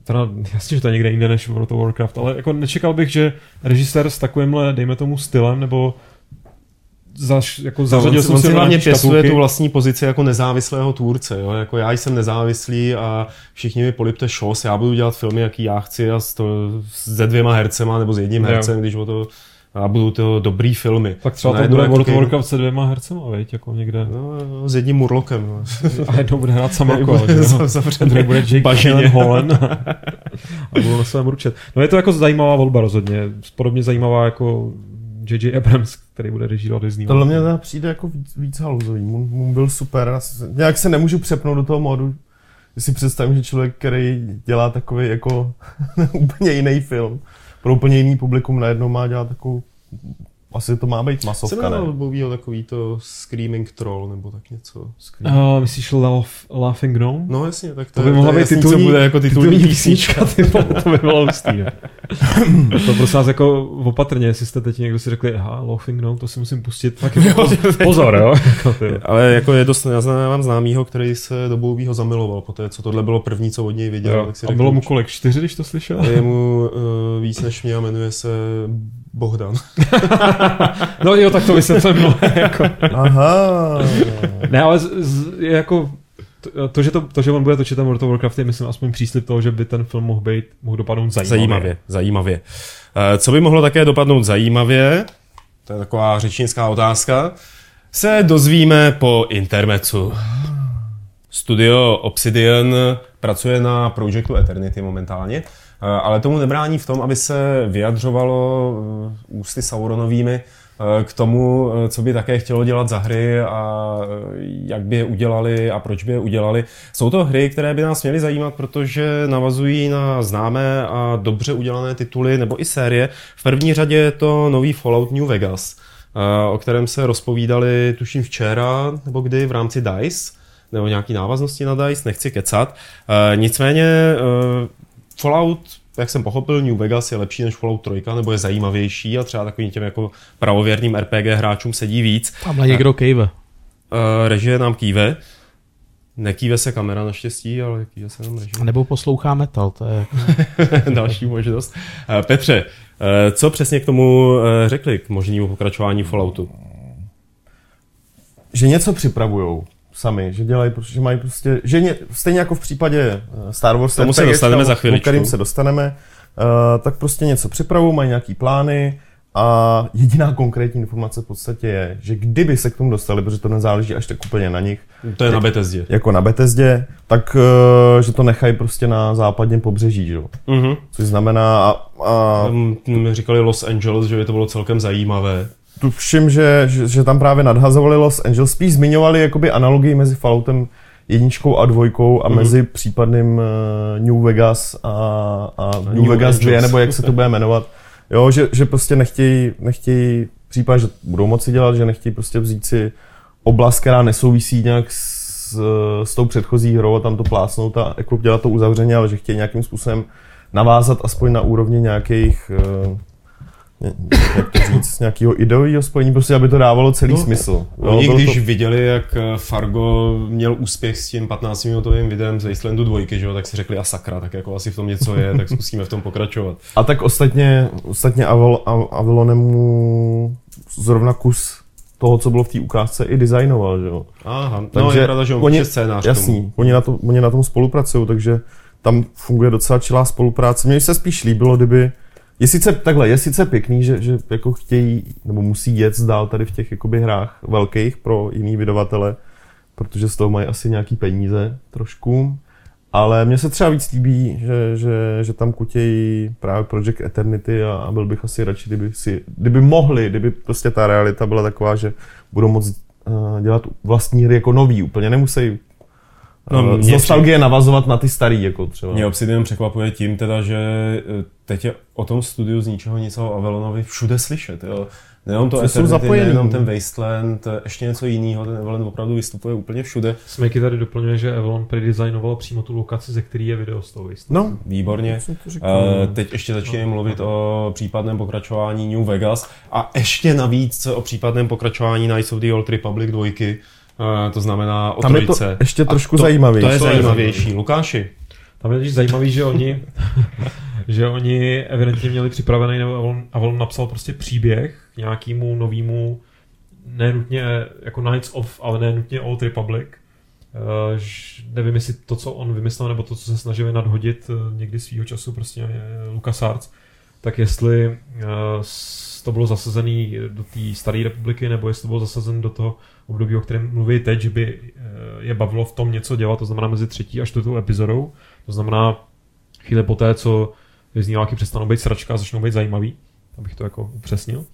S2: teda jasně, že to je někde jinde než World of Warcraft, ale jako nečekal bych, že režisér s takovýmhle, dejme tomu, stylem, nebo zaš, jako zařadil jsem
S5: on
S2: si
S5: si hlavně
S2: škatulky.
S5: pěstuje tu vlastní pozici jako nezávislého tvůrce, jo? Jako já jsem nezávislý a všichni mi polipte šos, já budu dělat filmy, jaký já chci a s, to, se dvěma hercema nebo s jedním hercem, jo. Když o to a budou to dobrý filmy.
S2: Tak třeba to bude World of Warcraft se dvěma hercema, veď, jako někde.
S5: No, s jedním Murlokem. No.
S2: A jednou bude hrát Samako, že bude Jake Gyllenhaal a budou na svém ručet. No je to jako zajímavá volba rozhodně, podobně zajímavá jako J J Abrams, který bude režírovat Disney.
S1: Tohle mě teda přijde jako víc, víc haluzový, Moon, Moon byl super, nějak se nemůžu přepnout do toho módu, si představím, že člověk, který dělá takový jako úplně jiný film, pro úplně jiný publikum najednou má dělat takovou, asi to má být masovka, ne?
S5: Jsem mluvil takový to Screaming Troll, nebo tak něco.
S2: Uh, myslíš Laugh, Laughing Gnome?
S5: No jasně, tak to,
S2: to by
S5: je,
S2: mohla
S5: to
S2: být titulní,
S5: bude jako titulní písnička.
S2: To by bylo hustý, ne? To prosím vás jako opatrně, jestli jste teď někdo si řekli, aha, Laughing Gnome, to si musím pustit, tak jako pozor, jo?
S5: Ale jako je dost, já znám, mám známýho, který se do Bowieho zamiloval, poté co tohle bylo první, co od něj viděl.
S2: Jo,
S5: tak si
S2: a
S5: řekl,
S2: bylo mu kolik, čtyři, když to slyšel?
S5: Je mu uh, víc než mě a jmenuje se Bohdan.
S2: No jo, tak to vysvětlím mnoho, jako.
S1: Aha.
S2: Ne, ale z, z, jako to, to, že to, to, že on bude točit ten World of Warcraft, je myslím aspoň příslib toho, že by ten film mohl být, mohl dopadnout zajímavě.
S5: Zajímavě, zajímavě. Uh, co by mohlo také dopadnout zajímavě, to je taková řečnická otázka, se dozvíme po intermezzu. Studio Obsidian pracuje na Projectu Eternity momentálně, ale tomu nebrání v tom, aby se vyjadřovalo ústy Sauronovými k tomu, co by také chtělo dělat za hry a jak by je udělali a proč by je udělali. Jsou to hry, které by nás měly zajímat, protože navazují na známé a dobře udělané tituly nebo i série. V první řadě je to nový Fallout New Vegas, o kterém se rozpovídali tuším včera nebo kdy v rámci DICE, nebo nějaký návaznosti na DICE, nechci kecat. Nicméně Fallout, jak jsem pochopil, New Vegas je lepší než Fallout tři, nebo je zajímavější a třeba takovým těm jako pravověrným R P G hráčům sedí víc.
S4: Tamhle někdo kejve.
S5: Uh, režie nám kýve. Nekýve se kamera naštěstí, ale kýve se nám režie.
S4: A nebo poslouchá metal, to je jako...
S5: další možnost. Uh, Petře, uh, co přesně k tomu uh, řekli, k možnému pokračování Falloutu?
S1: Že něco připravujou sami, že dělají, že mají prostě, že ně, stejně jako v případě Star Wars,
S5: tomu se dostaneme za chviličku,
S1: kterým se dostaneme, uh, tak prostě něco připravují, mají nějaký plány a jediná konkrétní informace v podstatě je, že kdyby se k tomu dostali, protože to nezáleží až tak úplně na nich.
S5: To je na Bethesdě.
S1: Jako na Bethesdě, tak uh, že to nechají prostě na západním pobřeží, že jo.
S5: Mm-hmm.
S1: Což znamená... A, a...
S5: My říkali Los Angeles, že by to bylo celkem zajímavé.
S1: Tuším, že, že, že tam právě nadhazovali Los Angeles, spíš zmiňovali jakoby analogii mezi Falloutem jedničkou a dvojkou a mm. mezi případným uh, New Vegas a, a, a New, New Vegas dva, nebo jak se to bude jmenovat. Jo, že, že prostě nechtějí, nechtějí případ, že budou moci dělat, že nechtějí prostě vzít si oblast, která nesouvisí nějak s, s tou předchozí hrou a tam to plásnout a jako dělat to uzavřeně, ale že chtějí nějakým způsobem navázat aspoň na úrovni nějakých... Uh, jak to říct, nějakého ideového spojení, prostě aby to dávalo celý no, smysl.
S5: Oni když to... viděli, jak Fargo měl úspěch s tím patnáctiminutovým videem z Wastelandu dvojky, že jo, tak si řekli a sakra, tak jako asi v tom něco je, tak zkusíme v tom pokračovat.
S1: A tak ostatně, ostatně Aval, Avalonemu zrovna kus toho, co bylo v té ukázce, i designoval, že jo.
S5: Aha, takže no je pravda, že on píše scénář
S1: jasný, tomu. Oni na, to, oni na tom spolupracují, takže tam funguje docela čilá spolupráce. Mně se spíš líbilo, kdyby Je sice takhle, je sice pěkný, že, že jako chtějí, nebo musí jet dál tady v těch jakoby hrách velkých pro jiný vydavatele, protože z toho mají asi nějaký peníze trošku, ale mně se třeba víc líbí, že, že, že tam kutějí právě Project Eternity a, a byl bych asi radši, kdyby, si, kdyby mohli, kdyby prostě ta realita byla taková, že budou moct uh, dělat vlastní hry jako nový, úplně nemusí No, z nostalgie navazovat na ty starý, jako třeba.
S5: Mě Obsidian překvapuje tím teda, že teď je o tom studiu z ničeho nic o Avalonovi všude slyšet, jo. Nejenom to Eternity, nejenom ten Wasteland, ještě něco jiného, ten Avalon opravdu vystupuje úplně všude.
S2: Smejky tady doplňuje, že Avalon predesignoval přímo tu lokaci, ze který je video z toho Wastelandu.
S5: No, výborně. Uh, teď ještě začínají no. mluvit o případném pokračování New Vegas a ještě navíc o případném pokračování Knights of the Old Republic dvojky. Uh, to znamená o
S1: tam
S5: trojce.
S1: Je to ještě trošku
S5: to,
S1: zajímavější.
S5: To je zajímavější. Lukáši?
S2: Tam je totiž zajímavý, že oni, že oni evidentně měli připravený, nebo Avalon, Avalon napsal prostě příběh nějakému novému, ne nutně jako Knights of, ale ne nutně Old Republic. Uh, nevím, jestli to, co on vymyslel, nebo to, co se snažili nadhodit uh, někdy svýho času, prostě uh, LucasArts, tak jestli uh, to bylo zasazený do té staré republiky, nebo jestli to bylo zasazen do toho období, o kterém mluví teď, že by uh, je bavilo v tom něco dělat, to znamená mezi třetí a čtvrtou epizodou, to znamená chvíli poté, co Vězní války přestanou být sračka a začnou být zajímavý, abych to jako upřesnil.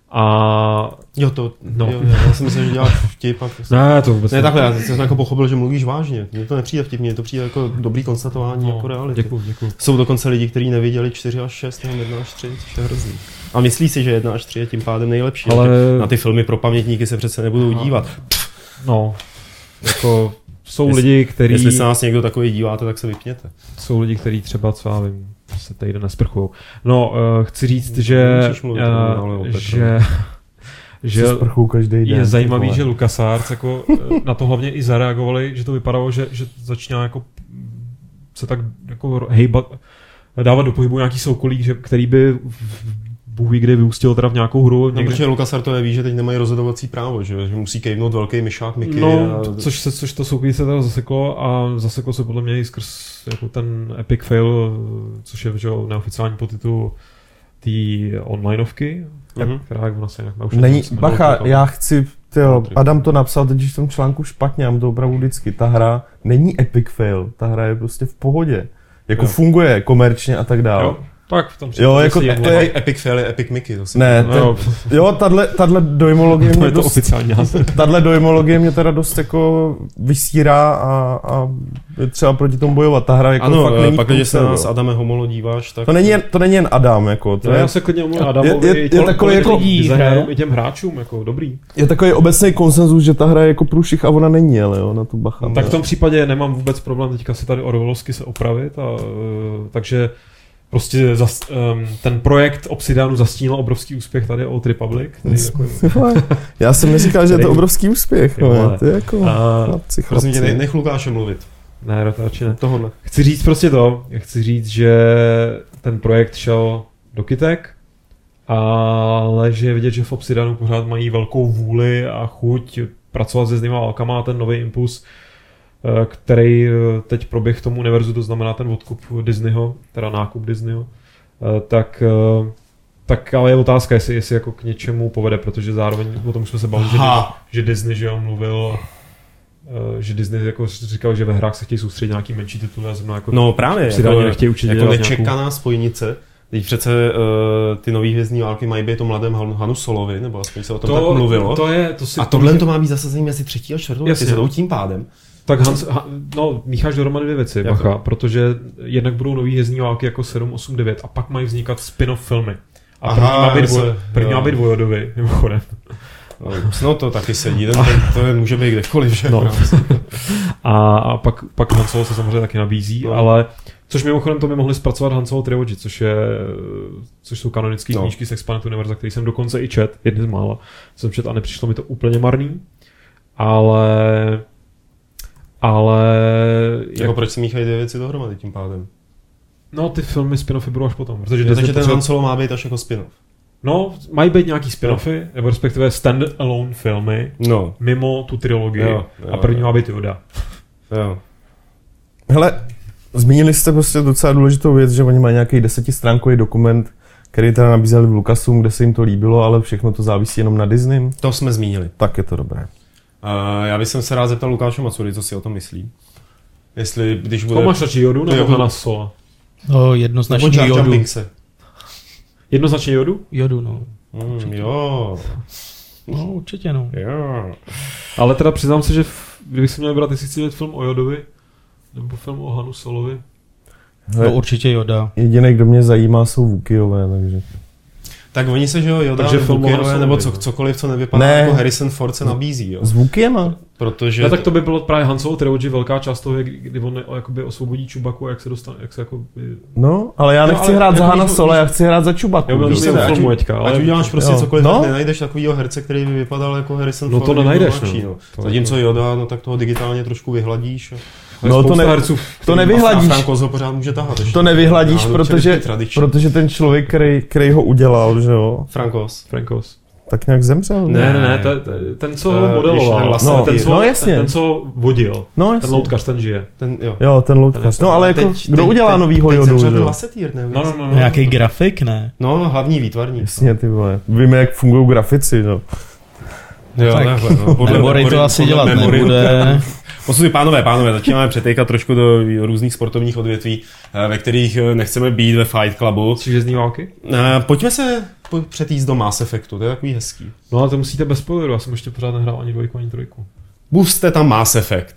S2: A
S5: jo, to,
S2: no.
S5: jo, já si myslím, že děláš vtip. A
S2: ne, to vůbec
S5: ne, takhle, já jsem jako pochopil, že mluvíš vážně. Mně to nepřijde vtipně, mně to přijde jako dobrý konstatování, no, jako reality.
S2: Děkuju, děkuju.
S5: Jsou dokonce lidi, kteří neviděli čtyři až šest nebo jedna až tři, což je hrozný. A myslí si, že jedna až tři je tím pádem nejlepší. Ale na ty filmy pro pamětníky se přece nebudou dívat.
S2: No, jako jsou
S5: Jest,
S2: lidi, kteří...
S5: Jestli se nás někdo takový díváte, tak se vypněte.
S2: Jsou lidi, kteří třeba, co já vím, se tady nesprchujou. No, uh, chci říct, že...
S5: Mluvit,
S2: uh, že... že
S1: každý den,
S2: je zajímavý, že LucasArts jako na to hlavně i zareagovali, že to vypadalo, že, že začíná jako se tak jako hejbat, dávat do pohybu nějaký soukolí, že, který by Bůh ví kdy vyústil teda v nějakou hru.
S5: No, protože LucasArts ví, že teď nemají rozhodovací právo, že, že musí kejvnout velký myšák Mickey.
S2: No,
S5: a...
S2: což, se, což to soukolí se teda zaseklo a zaseklo se podle mě i skrz jako ten epic fail, což je že, neoficiální podtitul té onlineovky, mm-hmm. která jak vlastně nějak
S1: není, bacha, já chci, tyjo, Adam to napsal teď v tom článku špatně, já mu to opravdu vždycky, ta hra není epic fail, ta hra je prostě v pohodě, jako jo. Funguje komerčně a tak dále.
S2: Jo. Tak v tom
S1: jo, jako
S5: to je Epic Fail je Epic Mickey. To
S1: ne, ten, jo, jo tahle, tahle dojmologie mě
S2: to dost, oficiální
S1: tahle dojmologie mě teda dost jako vysírá a, a je třeba proti tomu bojovat. Ta hra jako
S5: ano,
S1: fakt není
S5: pak, když se nás Adame Homolo díváš, tak...
S1: To není jen, to není jen Adam, jako. To
S2: no,
S1: je,
S2: já se klidně omluvím Adamovi,
S1: je, je, je takový jako
S2: designérům i těm hráčům, jako dobrý.
S1: Je takový obecný konsenzus, že ta hra je jako průšvih a ona není, ale jo, na tu bacha.
S2: No, tak v tom případě nemám vůbec problém teďka si tady orwellovsky se opravit, a, takže prostě zas, um, ten projekt Obsidianu zastínil obrovský úspěch tady Old Republic. Jako...
S1: Já jsem neříkal, že je to obrovský úspěch. No, to je jako
S5: chlapci, prosím tě, nech Lukáše mluvit.
S2: Ne, radši ne.
S5: Tohle.
S2: Chci říct prostě to, chci říct, že ten projekt šel do kytek, ale že je vidět, že v Obsidianu pořád mají velkou vůli a chuť pracovat se Vězněma válkama a ten nový impuls, který teď proběh v tom univerzu, to znamená ten odkup Disneyho, teda nákup Disneyho, tak, tak ale je otázka, jestli, jestli jako k něčemu povede, protože zároveň o tom jsme se bavili, že, že Disney, že on mluvil, že Disney jako říkal, že ve hrách se chtějí soustředit nějaký menší tituly a zrovna jako
S5: no právě,
S2: jako, nechtějí určitě
S5: jako nečekaná
S2: nějakou...
S5: spojnice. Teď přece uh, ty nový Hvězdní války mají být o mladém Hanu Solovi, nebo aspoň se o tom
S2: to,
S5: tak mluvilo.
S2: To je, to si
S5: a tohle to má být zasazený mezi třetí a čtvrtou epizodou tím pádem.
S2: Tak Hans, no, mícháš dohromady dvě věci,
S5: jako?
S2: Bacha, protože jednak budou nový Hvězdní války jako sedm, osm, devět a pak mají vznikat spin-off filmy. A první Aha, má být, dvoj, první má být Vojodovi, mimochodem.
S5: No to taky sedí, to, to může být kdekoliv, že?
S2: No. a, a pak, pak Han Solo se samozřejmě taky nabízí, no. Ale což mimochodem to by mohli zpracovat Han Solo Trilogy, což, je, což jsou kanonické no. knížky z Expanded Universe, který jsem dokonce i čet, jedny z mála jsem čet a nepřišlo mi to úplně marný, ale... Ale...
S5: Jako jak... proč si míchají dvě věci dohromady tím pádem?
S2: No ty filmy spin-offy budou až potom.
S5: Protože takže ten potřeba... Han Solo má být až jako spin-off.
S2: No, mají být nějaký spin-offy, no. nebo respektive stand-alone filmy,
S5: no.
S2: mimo tu trilogii
S5: jo, jo,
S2: a první
S5: jo.
S2: má být Yoda.
S5: Jo.
S1: Hele, zmínili jste prostě docela důležitou věc, že oni mají nějaký desetistránkový dokument, který teda nabízeli v Lucasum, kde se jim to líbilo, ale všechno to závisí jenom na Disney.
S5: To jsme zmínili.
S1: Tak je to dobré.
S5: Uh, já bych se rád zeptal Lukáše Macury, co si o tom myslí. Jestli, když bude...
S2: To máš radši Jodu nebo Hana Sola?
S4: No, jednoznačně Jodu.
S2: Jednoznačně Jodu?
S4: Jodu, no.
S5: Mm, jo.
S4: No, určitě, no.
S5: Jo.
S2: Ale teda přiznám se, že kdybych si měl brát, jestli chci vidět film o Jodovi, nebo film o Hanu Solovi.
S4: No, určitě Yoda.
S1: Jediný, kdo mě zajímá, jsou Wookieové, takže...
S5: Tak oni se, že jo, Yoda, Wookieové, nebo co, cokoliv, co nevypadá ne. Jako Harrison Ford se nabízí, jo.
S1: S Wookiema?
S5: Protože...
S2: No, tak to by bylo právě Han Solo Trilogy, velká část toho je, kdy on jakoby osvobodí Chewbaccu a jak se dostane, jak se jako...
S1: No, ale já nechci no, ale hrát za Hana Solo, já chci hrát za Chewbaccu.
S2: Jo, víš, ať, filmu teďka,
S5: ale... ať uděláš prostě jo. Cokoliv, no? Tak nenajdeš takovýho herce, který by vypadal jako Harrison
S2: no,
S5: Ford.
S2: No to nenajdeš, no.
S5: no. Zatímco Yoda, no tak toho digitálně trošku vyhladíš. A...
S1: No to, ne, to nevyhladíš.
S5: Frankos ho pořád může tahat. Ještě.
S1: To nevyhladíš, protože, protože ten člověk, který, který ho udělal, že jo?
S5: Frankos.
S2: Frankos.
S1: Tak nějak zemřel.
S2: Ne, ne, ne, to, to, ten, co ho modeloval.
S1: No,
S2: ten, co,
S1: no, jasně.
S2: ten, co vodil.
S1: No,
S2: ten loutkař, ten žije.
S5: Ten, jo.
S1: jo, ten loutkař. No, ale jako, teď, kdo teď, udělá teď, novýho Jodu?
S5: Teď zemřel Lasseter, ne?
S2: No, no, no, no.
S4: Nějaký grafik, ne?
S5: No, hlavní výtvarník.
S1: Jasně, ty vole. Víme, jak fungují grafici, no.
S5: Jo, tak, takhle, no.
S4: Podle memory to asi dělat memory nebude.
S5: Posluji, pánové, pánové, začínáme přetejkat trošku do různých sportovních odvětví, ve kterých nechceme být ve Fight Clubu.
S2: Tři hvězdný války?
S5: Pojďme se přetýst do Mass Effectu, to je takový hezký.
S2: No ale to musíte bez spoileru, já jsem ještě pořád nehrál ani dvojku, ani trojku.
S5: Pusťte tam Mass Effect.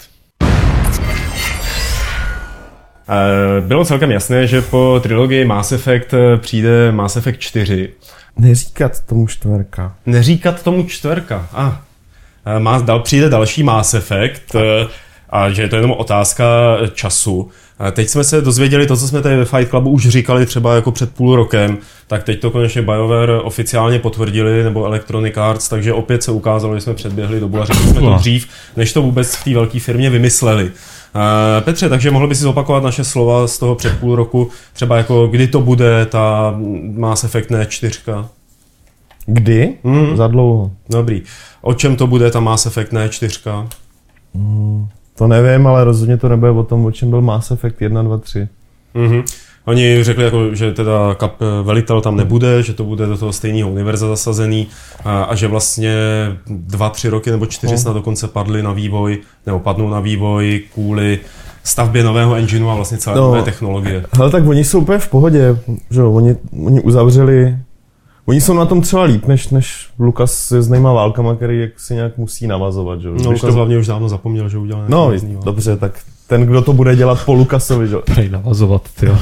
S5: Bylo celkem jasné, že po trilogii Mass Effect přijde Mass Effect čtyři.
S1: Neříkat tomu čtverka.
S5: Neříkat tomu čtverka, ah. Má, dal, přijde další Mass Effect a že je to jenom otázka času. Teď jsme se dozvěděli to, co jsme tady ve Fight Clubu už říkali třeba jako před půl rokem, tak teď to konečně BioWare oficiálně potvrdili, nebo Electronic Arts, takže opět se ukázalo, že jsme předběhli dobu a řekli jsme to dřív, než to vůbec v té velké firmě vymysleli. Petře, takže mohl by si zopakovat naše slova z toho před půl roku, třeba jako kdy to bude ta Mass Effect ne čtyřka?
S1: Kdy? Mm. Za dlouho.
S5: Dobrý. O čem to bude ta Mass Effect ne čtyřka?
S1: Mm. To nevím, ale rozhodně to nebude o tom, o čem byl Mass Effect jedna, dva, tři.
S5: Mm-hmm. Oni řekli, jako, že teda kap, velitel tam nebude, že to bude do toho stejného univerza zasazený a, a že vlastně dva, tři roky nebo čtyři no. snad dokonce padly na vývoj, nebo padnou na vývoj kvůli stavbě nového engineu a vlastně celé no. nové technologie.
S1: Hele, tak oni jsou úplně v pohodě, že jo, oni, oni uzavřeli, oni jsou na tom třeba líp, než, než Lucas s Hvězdnýma válkama, který jak si nějak musí navazovat, že jo.
S5: No, Lucas hlavně už dávno zapomněl, že udělal
S1: no, dobře, tak ten, kdo to bude dělat po Lucasovi, že jo.
S2: Prej navazovat, tyjo.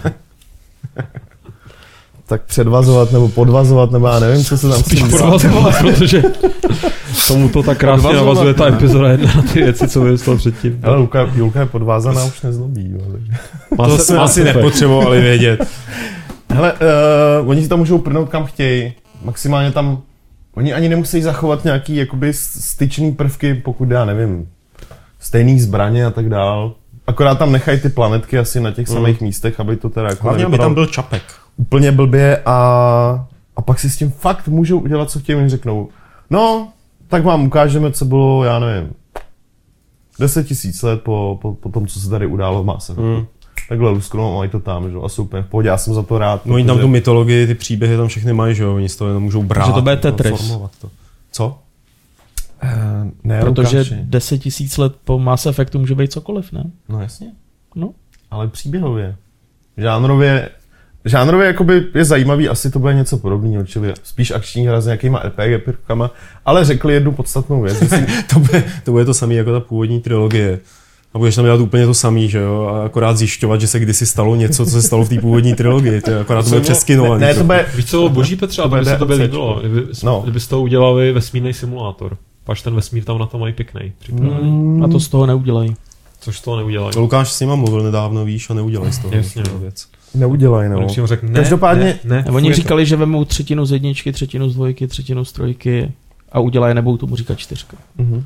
S1: Tak předvazovat nebo podvazovat, nebo já nevím, co se tam
S2: spíš podvazovat, protože tomu to tak krásně podvazovat, navazuje ta epizoda jedna na ty věci, co vymyslel předtím.
S1: Ale Julka, Julka je podvázaná, už nezlobí. Jo,
S5: to jsme asi nepotřebovali vědět.
S1: Hele, uh, oni si tam můžou prnout kam chtějí, maximálně tam, oni ani nemusí zachovat nějaký jakoby styčný prvky, pokud já nevím, stejný zbraně a tak dál. Akorát tam nechají ty planetky asi na těch mm. samých místech, aby to teda jako
S5: hlavně, aby tam byl čapek.
S1: Úplně blbě a, a pak si s tím fakt můžou udělat, co chtějí, oni řeknou, no, tak vám ukážeme, co bylo, já nevím, deset tisíc let po, po, po tom, co se tady událo v Mass Effectu. Mm. Takhle lusknou a mají to tam, že jo, a super, v pohodě, já jsem za to rád.
S5: No oni tam tu mytologii, ty příběhy tam všechny mají, že jo, oni z toho jenom můžou brát.
S4: Že to bude Tetris.
S5: To. Co?
S1: Uh, ne,
S4: protože deset tisíc let po Mass Effectu může být cokoliv, ne?
S1: No jasně.
S4: No.
S1: Ale příběhově. Žánrově, žánrově jakoby je zajímavý, asi to bude něco podobného, čili spíš akční hra s nějakýma R P G prvkama, ale řekli jednu podstatnou věc. Myslím,
S5: to, bude, to bude to samé jako ta původní trilogie. A budeš tam dělat úplně to samý, že jo? A akorát zjišťovat, že se kdysi stalo něco, co se stalo v té původní trilogii. To je akorát to bude přeskinovaný.
S1: Ne, ne, to bude...
S2: Víš co, boží Petře, aby se to by líbilo. Kdyby, no. kdybyste to udělali vesmírný simulátor. Pač ten vesmír tam na to mají pěknej.
S4: Mm. A to z toho neudělají.
S2: Což z toho neudělají.
S5: Lukáš s nima mluvil nedávno, víš, a neudělají z toho.
S2: Jasně,
S5: věc.
S1: Neudělají, no.
S2: Řek, ne,
S1: Každopádně...
S2: Ne, ne,
S4: oni říkali, že vemou třetinu z jedničky, třetinu z dvojky, třetinu z trojky a udělají, nebudou tomu říkat čtyřka.
S1: Mhm.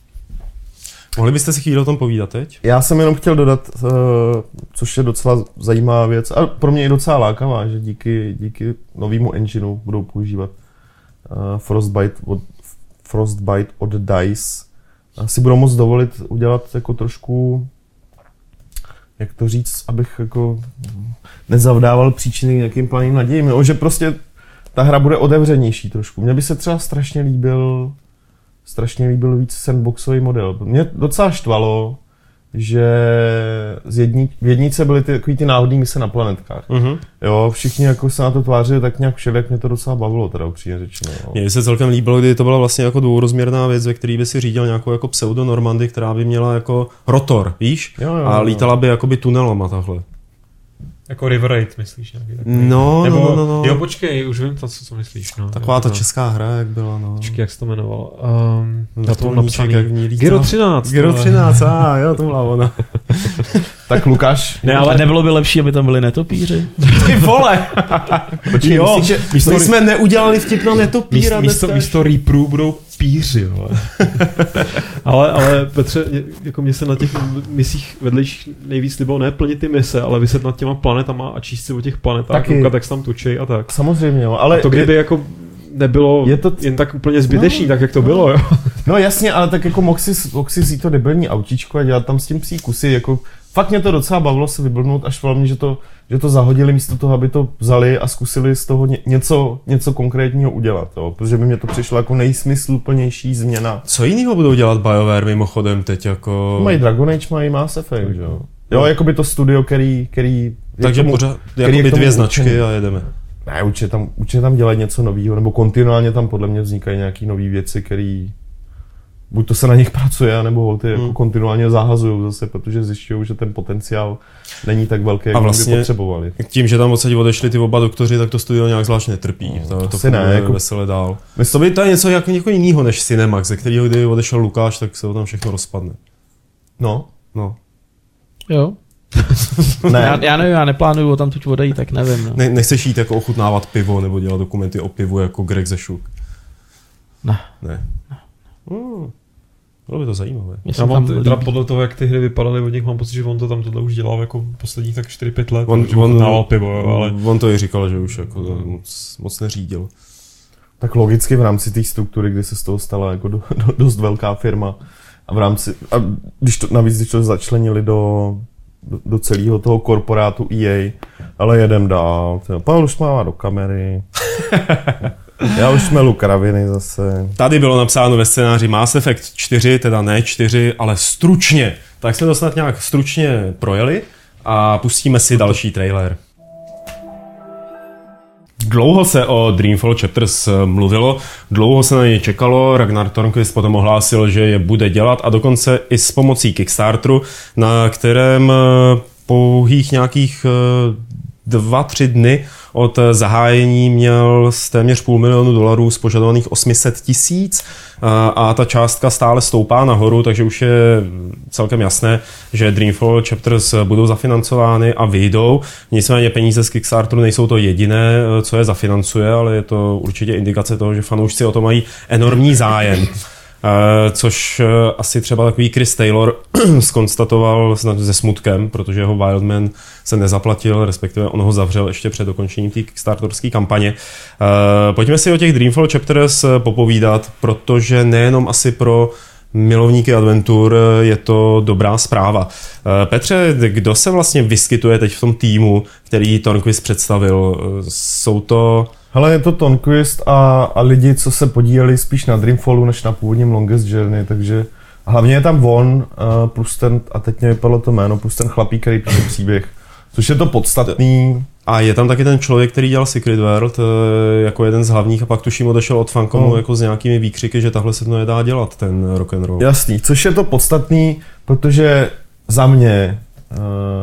S5: Mohli byste si chvíli o tom povídat teď?
S1: Já jsem jenom chtěl dodat, uh, což je docela zajímavá věc, a pro mě i docela lákavá, že díky, díky novému engineu budou používat uh, Frostbite od, Frostbite od DICE. Uh, si budou moct dovolit udělat jako trošku, jak to říct, abych jako nezavdával příčiny nějakým planým nadějím, no, že prostě ta hra bude otevřenější trošku. Mně by se třeba strašně líbil strašně líbil víc sandboxový model. Mě docela štvalo, že z jedni, v jednice byly ty, takový ty náhodný mise na planetkách. Mm-hmm. Jo, všichni jako se na to tvářili tak nějak všelijak, mě to docela bavilo, teda upřímně řečeno. No.
S5: Mně se celkem líbilo, kdy to byla vlastně jako dvourozměrná věc, ve který by si řídil nějakou jako pseudo-Normandy, která by měla jako rotor, víš?
S1: Jo, jo,
S5: a
S1: jo.
S5: lítala by jakoby tunelama takhle.
S2: Jako River Raid, myslíš? Nějaký takový?
S5: No,
S2: Nebo,
S5: no, no, no.
S2: Jo, počkej, už vím to, co, co myslíš. No.
S5: Taková ta česká hra, jak byla, no.
S2: Počkej, jak se to jmenovalo? Um,
S5: na to napsaný.
S2: Giro třináct.
S5: Giro třináct, a ah, jo, to byla ona.
S1: Tak Lukáš...
S4: Ne, ale nebylo by lepší, aby tam byli netopíři?
S5: Ty vole!
S1: Počkej,
S5: jo,
S1: myslíš, že...
S5: místo, my jsme neudělali vtip na netopíra.
S2: Místo, místo Reaperů budou píři, vole. ale, ale Petře, jako mě se na těch misích vedlejších nejvíc líbilo ne plnit ty mise, ale vyset nad těma planetama a číst si o těch planetách, koukat, jak se tam točej a tak.
S1: Samozřejmě, jo, ale...
S2: A to kdyby je... jako nebylo je to... jen tak úplně zbytečný, no, tak jak to no. bylo, jo.
S1: No jasně, ale tak jako mohl si, mohl si vzít to debilní autíčko a dělat tam s tím psí kusy, jako fakt mě to docela bavilo se vyblbnout, až hlavně, že to, že to zahodili místo toho, aby to vzali a zkusili z toho ně, něco, něco konkrétního udělat, jo, protože by mě to přišlo jako nejsmysluplnější změna.
S5: Co jinýho budou dělat BioWare mimochodem teď jako...
S1: Mají Dragon Age, mají Mass Effect, mm. jo. Jo, jako by to studio, který... který
S5: Takže tomu, pořád, jako by dvě značky učený. A jedeme.
S1: Ne, určitě tam, určitě tam dělají něco nového, nebo kontinuálně tam podle mě vznikají nějaké nové věci, které buď to se na nich pracuje, nebo ty hmm. jako kontinuálně zahazují zase, protože zjišťují, že ten potenciál není tak velký, jak vlastně by potřebovali.
S5: Tím, že tam odsaď odešli ty oba doktoři, tak to studio nějak zvlášť netrpí. No, to to funguje jako... veselé dál. Myslím, to je něco jako někoho jiného než Cinemax, ze kterého kdyby odešel Lukáš, tak se ho tam všechno rozpadne.
S1: No.
S5: No.
S4: Jo. Ne. Já, já nevím, já neplánuju tam tuď odejít, tak nevím. No.
S5: Ne, nechceš jít jako ochutnávat pivo nebo dělat dokumenty o pivu jako Greg Zešuk?
S4: Ne.
S5: Ne. ne. Hmm. Bylo by to zajímavé.
S2: Já mám teda podle toho, jak ty hry vypadaly od nich, mám pocit, že on to tam tohle už dělal jako posledních tak čtyři pět let.
S5: On, on,
S2: ochutnával pivo, jo, ale...
S5: on to i říkal, že už jako hmm. moc, moc neřídil.
S1: Tak logicky v rámci té struktury, kdy se z toho stala jako do, do, dost velká firma a v rámci, a když to, navíc když to začlenili do Do, do celého toho korporátu E A, ale jedem dál. Pán už mává do kamery. Já už smelu kraviny zase.
S5: Tady bylo napsáno ve scénáři Mass Effect čtyři, teda ne čtyři, ale stručně. Tak jsme to snad nějak stručně projeli a pustíme si další trailer. Dlouho se o Dreamfall Chapters mluvilo, dlouho se na něj čekalo, Ragnar Tornquist potom ohlásil, že je bude dělat a dokonce i s pomocí Kickstarteru, na kterém pouhých nějakých dva, tři dny od zahájení měl z téměř půl milionu dolarů z požadovaných osm set tisíc a ta částka stále stoupá nahoru, takže už je celkem jasné, že Dreamfall Chapters budou zafinancovány a vyjdou. Nicméně peníze z Kickstarteru nejsou to jediné, co je zafinancuje, ale je to určitě indikace toho, že fanoušci o to mají enormní zájem. Což asi třeba takový Chris Taylor zkonstatoval se smutkem, protože jeho Wildman se nezaplatil, respektive on ho zavřel ještě před dokončením té kickstarterské kampaně. Pojďme si o těch Dreamfall Chapters popovídat, protože nejenom asi pro milovníky adventur je to dobrá zpráva. Petře, kdo se vlastně vyskytuje teď v tom týmu, který Tornquist představil? Jsou to...
S1: Hele, je to Tornquist a, a lidi, co se podíleli spíš na Dreamfallu, než na původním Longest Journey, takže hlavně je tam on, uh, plus ten, a teď mě vypadlo to jméno, plus ten chlapík, který píše příběh, což je to podstatný.
S5: A je tam taky ten člověk, který dělal Secret World jako jeden z hlavních a pak tuším odešel od Funcomu no. jako s nějakými výkřiky, že tahle se to nedá dělat, ten rock and roll.
S1: Jasný, což je to podstatný, protože za mě uh,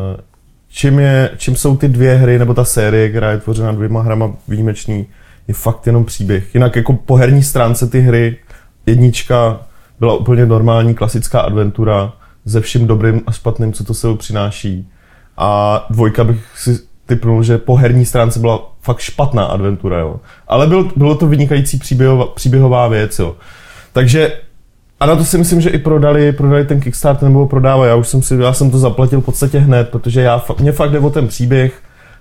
S1: čím, je, čím jsou ty dvě hry, nebo ta série, která je tvořena dvěma hrama výjimečný, je fakt jenom příběh. Jinak jako po herní stránce ty hry, jednička byla úplně normální klasická adventura se vším dobrým a špatným, co to sebou přináší. A dvojka bych si tipnul, že po herní stránce byla fakt špatná adventura, jo. Ale byl, bylo to vynikající příběhová, příběhová věc, jo. Takže a na to si myslím, že i prodali, prodali ten Kickstarter nebo prodávají. Já už jsem si, já jsem to zaplatil v podstatě hned, protože já, mě fakt jde o ten příběh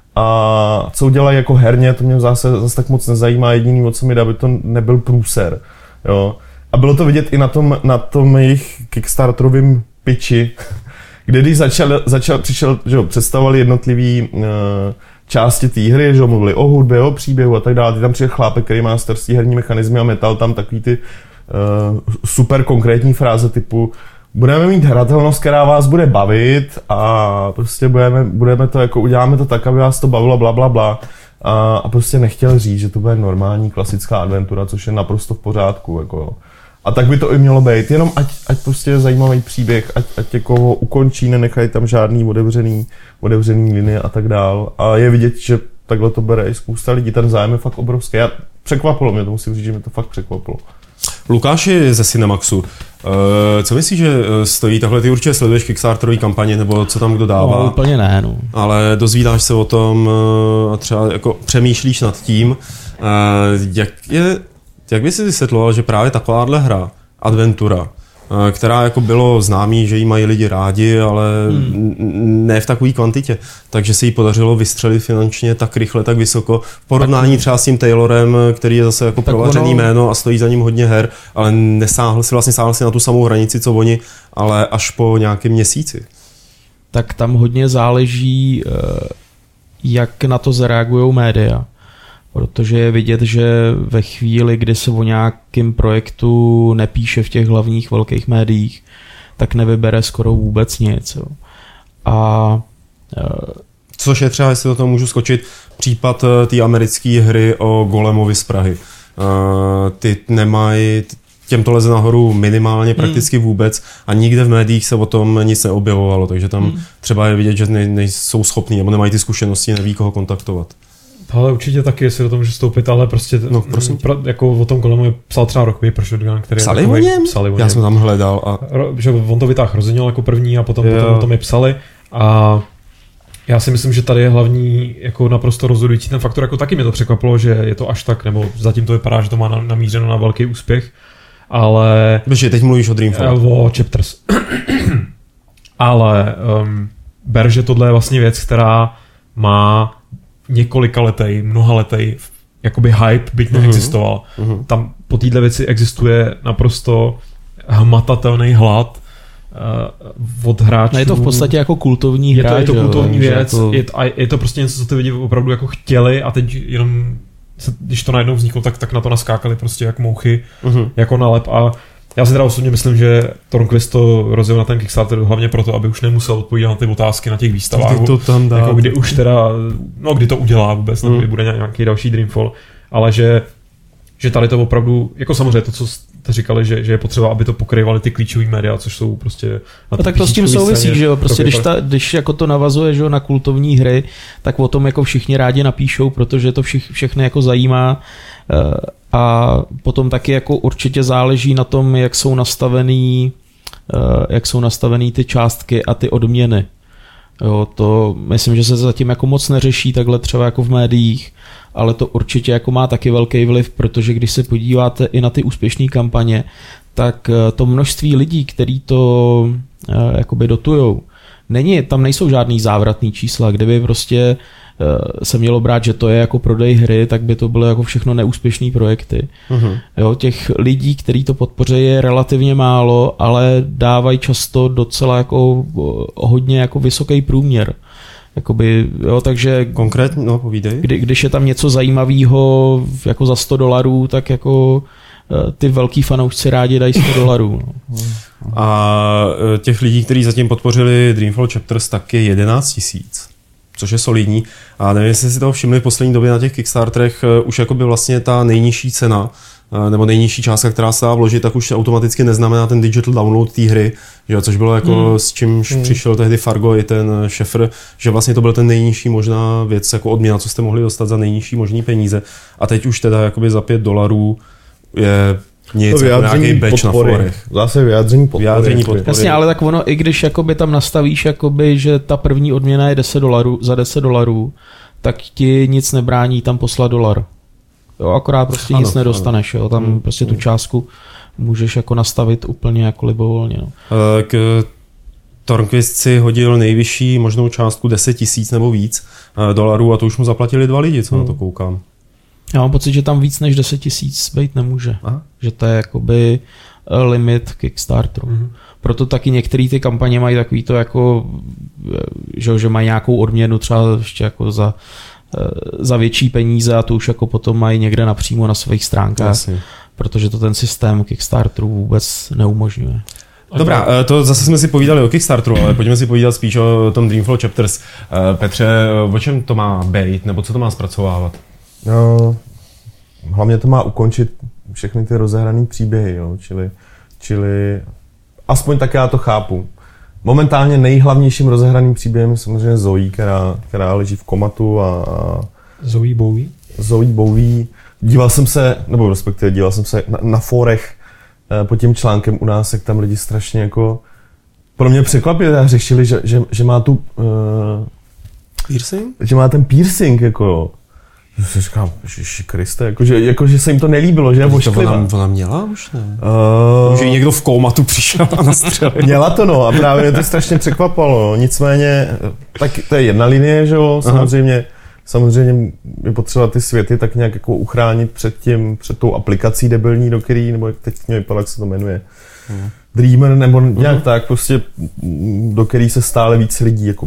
S1: a co udělají jako herně, to mě zase, zase tak moc nezajímá. Jediný, o co mi dá, aby to nebyl průser, jo. A bylo to vidět i na tom, na tom jejich Kickstarterovým pitchi, kde když začal, začal přišel, že jo, představovali jednotlivý uh, části té hry, že jo, mluvili o hudbě, o příběhu a tak dále. Ty tam přijel chlápek, který má starší herní mechanizmy a metal tam takový ty uh, super konkrétní fráze typu budeme mít hratelnost, která vás bude bavit a prostě budeme, budeme to jako, uděláme to tak, aby vás to bavilo, bla, bla, bla. A, a prostě nechtěl říct, že to bude normální klasická adventura, což je naprosto v pořádku, jako. A tak by to i mělo být, jenom ať, ať prostě je zajímavý příběh, ať, ať jako ukončí, nenechají tam žádný otevřený, otevřený linie a tak dál. A je vidět, že takhle to bere i spousta lidí, ten zájem je fakt obrovský. Já, překvapilo mě, to musím říct, že mě to fakt překvapilo.
S5: Lukáši ze Cinemaxu, Uh, co myslíš, že stojí takhle? Ty určitě sleduješ Kickstarterový kampaně, nebo co tam kdo dává?
S4: No, úplně ne, no.
S5: Ale dozvídáš se o tom a třeba jako přemýšlíš nad tím, uh, jak, je, jak bys si vysvětloval, že právě takováhle hra, Adventura, která jako bylo známý, že jí mají lidi rádi, ale hmm. ne v takové kvantitě. Takže se jí podařilo vystřelit finančně tak rychle, tak vysoko. V porovnání třeba s tím Taylorem, který je zase jako provařený ono... jméno a stojí za ním hodně her, ale nesáhl si, vlastně sáhl si na tu samou hranici, co oni, ale až po nějakém měsíci.
S4: Tak tam hodně záleží, jak na to zareagují média. Protože je vidět, že ve chvíli, kdy se o nějakém projektu nepíše v těch hlavních velkých médiích, tak nevybere skoro vůbec nic. Jo. A
S5: což je třeba, jestli do toho můžu skočit, případ té americké hry o Golemovi z Prahy. Ty nemají, těm to leze nahoru minimálně, prakticky hmm. vůbec a nikde v médiích se o tom nic neobjevovalo, takže tam hmm. třeba je vidět, že nejsou schopní nebo nemají ty zkušenosti, neví koho kontaktovat.
S2: Ale určitě taky, jestli do toho můžu vstoupit, ale prostě
S5: no, prosím.
S2: Pra, jako o tom Golemu psal třeba Rokový pro Shotgun, který
S5: psali
S2: je
S5: takový, o něm?
S2: Psali o něm.
S5: Já jsem tam hledal. A...
S2: Že on to vytáhl Rozeněl jako první a potom, potom o tom je psali a já si myslím, že tady je hlavní jako naprosto rozhodující ten faktor, jako taky mě to překvapilo, že je to až tak, nebo zatím to vypadá, že to má namířeno na velký úspěch, ale...
S5: Protože teď mluvíš o Dreamfall.
S2: O Chapters. ale um, ber, že tohle je vlastně věc, která má několika letej, mnoha letej jakoby hype, byť neexistoval. Uh-huh. Tam po téhle věci existuje naprosto hmatatelný hlad uh, od hráčů.
S4: No je to v podstatě jako kultovní hra.
S2: Je to, je to kultovní
S4: že?
S2: věc,
S4: Jako...
S2: je, a je to prostě něco, co ty lidi opravdu jako chtěli a teď jenom, se, když to najednou vzniklo, tak, tak na to naskákali prostě jak mouchy, uh-huh. jako na lep a já si teda osobně myslím, že Tornquist to rozjel na ten Kickstarter hlavně proto, aby už nemusel odpovídat na ty otázky na těch výstavách.
S5: Kdy to tam dá.
S2: Jako kdy už teda, no kdy to udělá vůbec, mm. nebo kdy bude nějaký další Dreamfall, ale že, že tady to opravdu, jako samozřejmě to, co jste říkali, že, že je potřeba, aby to pokrývaly ty klíčové média, což jsou prostě...
S4: No tak to s tím souvisí, scéně, že jo, prostě když, ta, když jako to navazuje, že jo, na kultovní hry, tak o tom jako všichni rádi napíšou, protože to všich, všechny jako zajímá. A potom taky jako určitě záleží na tom, jak jsou nastavený, jak jsou nastavený ty částky a ty odměny. Jo, to myslím, že se zatím jako moc neřeší takhle třeba jako v médiích, ale to určitě jako má taky velký vliv, protože když se podíváte i na ty úspěšné kampaně, tak to množství lidí, který to jakoby dotujou, není, tam nejsou žádný závratný čísla, kdyby prostě se mělo brát, že to je jako prodej hry, tak by to bylo jako všechno neúspěšný projekty. Uh-huh. Jo, těch lidí, kteří to podpoří, je relativně málo, ale dávají často docela jako hodně jako vysoký průměr. Jakoby, jo, takže
S5: konkrétně, no, povídej.
S4: Kdy, když je tam něco zajímavého jako za sto dolarů, tak jako ty velký fanoušci rádi dají sto dolarů. No.
S5: A těch lidí, kteří zatím podpořili Dreamfall Chapters, tak je jedenáct tisíc. Což je solidní. A nevím, jestli si toho všimli v poslední době na těch Kickstarterech, už jakoby vlastně ta nejnižší cena, nebo nejnižší částka, která se dá vložit, tak už automaticky neznamená ten digital download té hry, že, což bylo jako hmm. s čímž hmm. přišel tehdy Fargo i ten Šefr, že vlastně to byl ten nejnižší možná věc, jako odměna, co jste mohli dostat za nejnižší možný peníze. A teď už teda jakoby za pět dolarů je nic,
S1: to
S5: jako nějaký batch na forech.
S1: Zase vyjádření podpory.
S5: Vyjádření podpory.
S4: Jasně, ale tak ono, i když jakoby tam nastavíš, jakoby, že ta první odměna je deset dolarů, za deset dolarů, tak ti nic nebrání tam poslat dolar. Jo, akorát prostě ano, nic nedostaneš, jo, tam hmm. prostě tu částku můžeš jako nastavit úplně jako libovolně. No.
S5: K Tornquist si hodil nejvyšší možnou částku deset tisíc nebo víc dolarů a to už mu zaplatili dva lidi, co hmm. na to koukám.
S4: Já mám pocit, že tam víc než deset tisíc být nemůže. Aha. Že to je jakoby limit Kickstarteru. Mm-hmm. Proto taky některé ty kampaně mají takový to jako, že, že mají nějakou odměnu třeba ještě jako za, za větší peníze a to už jako potom mají někde napřímo na svých stránkách. Jasně. Protože to ten systém Kickstarteru vůbec neumožňuje.
S5: Dobrá, to zase jsme si povídali o Kickstarteru, ale pojďme si povídat spíš o tom Dreamfall Chapters. Petře, o čem to má být, nebo co to má zpracovávat?
S1: No, hlavně to má ukončit všechny ty rozehraný příběhy, jo, čili, čili aspoň tak já to chápu. Momentálně nejhlavnějším rozehraným příběhem je samozřejmě Zoe, která, která leží v komatu a... a
S2: Zoe Bowie?
S1: Zoe Bowie. Díval jsem se, nebo respektive díval jsem se na, na fórech pod tím článkem u nás, jak tam lidi strašně jako pro mě překvapili a řešili, že, že, že má tu uh,
S5: piercing?
S1: Že má ten piercing, jako že si říkám, Ježiši Kriste, jako že, jako, že se jim to nelíbilo, že je ošklivá.
S5: Ona, ona měla už, ne?
S1: Uh,
S5: že někdo v koumatu přišel a nastřelil.
S1: Měla to, no, a právě mě to strašně překvapalo. Nicméně, tak to je jedna linie, že jo, samozřejmě. Aha. Samozřejmě je potřeba ty světy tak nějak jako uchránit před tím, před tou aplikací debilní, do který, nebo jak teď mě vypadá, jak se to jmenuje. Hmm. Dreamer, nebo nějak uh-huh. tak, prostě do který se stále víc lidí jako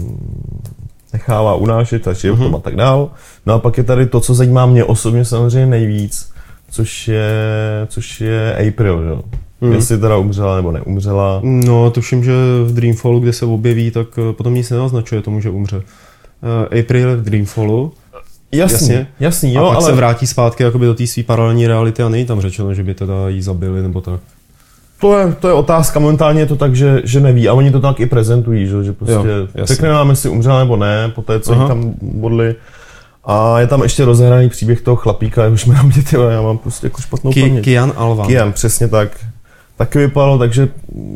S1: nechává unášet a žije v tom a tak dál. No a pak je tady to, co zajímá mě osobně samozřejmě nejvíc, což je, což je April, jo. Hmm. Jestli teda umřela nebo neumřela.
S5: No, tuším, že v Dreamfallu, kde se objeví, tak potom nic nenaznačuje tomu, že umře. Uh, April je v Dreamfallu.
S1: Jasný, jasně. jasný, jo,
S5: a pak
S1: ale...
S5: se vrátí zpátky jakoby do té své paralelní reality a není tam řečeno, že by teda jí zabili nebo tak.
S1: To je, to je otázka, momentálně je to tak, že, že neví a oni to tak i prezentují, že, že prostě řekne nám, jestli umřela nebo ne, po té, co jim tam bodli. A je tam ještě rozehraný příběh toho chlapíka, jehož jméno mě, tyhle, já mám prostě jako špatnou
S5: Ki,
S1: paměť.
S5: Kian Alvan.
S1: Kian, přesně tak. Taky vypadalo, takže...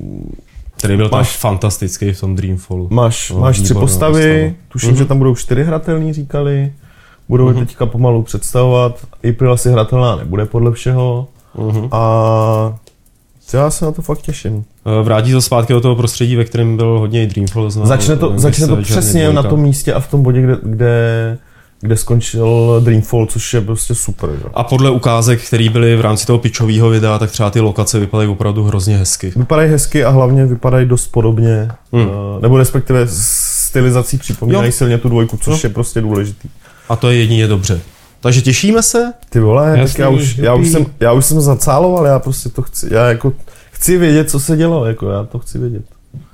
S5: Který byl máš, fantastický v tom Dreamfallu.
S1: Máš, no, máš tři postavy, postava. Tuším, uh-huh. že tam budou čtyři hratelný, říkali. Budou uh-huh. je teďka pomalu představovat. April asi hratelná nebude podle všeho. Uh-huh. A... Já se na to fakt těším.
S5: Vrátí to zpátky do toho prostředí, ve kterém byl hodně i Dreamfall. Znám,
S1: začne to, začne to přesně na tom místě a v tom bodě, kde, kde, kde skončil Dreamfall, což je prostě super. Jo.
S5: A podle ukázek, které byly v rámci toho pitchového videa, tak třeba ty lokace vypadají opravdu hrozně hezky.
S1: Vypadají hezky a hlavně vypadají dost podobně. Hmm. Nebo respektive stylizací připomínají jo. silně tu dvojku, což jo. je prostě důležitý.
S5: A to je jedině dobře. Takže těšíme se?
S1: Ty vole, Jasný, tak já už, já, už jsem, já už jsem zacáloval, já prostě to chci, já jako chci vědět, co se dělo, jako já to chci vědět.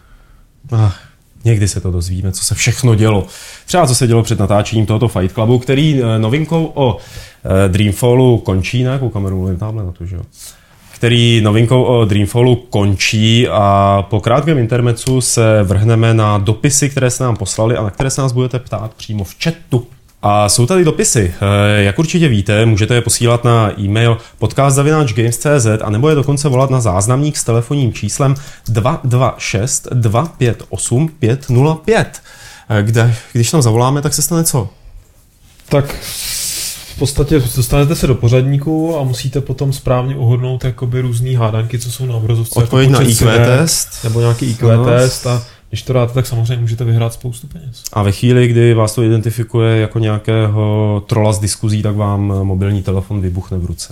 S5: Ach, někdy se to dozvíme, co se všechno dělo. Třeba co se dělo před natáčením tohoto Fight Clubu, který novinkou o Dreamfallu končí, na jakou kameru mluvím tamhle na to, že jo? Který novinkou o Dreamfallu končí a po krátkém intermezzu se vrhneme na dopisy, které se nám poslali a na které se nás budete ptát přímo v chatu. A jsou tady dopisy. Jak určitě víte, můžete je posílat na e-mail podcast zavináč games tečka cé zet a nebo je dokonce volat na záznamník s telefonním číslem dva dva šest dva pět osm pět nula pět. Kde, když tam zavoláme, tak se stane co?
S2: Tak v podstatě dostanete se do pořadníku a musíte potom správně ohodnout jakoby různý hádanky, co jsou na obrazovce.
S5: Odpověď jako na í kvé test.
S2: Nebo nějaký í kvé test a když to dáte, tak samozřejmě můžete vyhrát spoustu peněz.
S5: A ve chvíli, kdy vás to identifikuje jako nějakého trola z diskuzí, tak vám mobilní telefon vybuchne v ruce.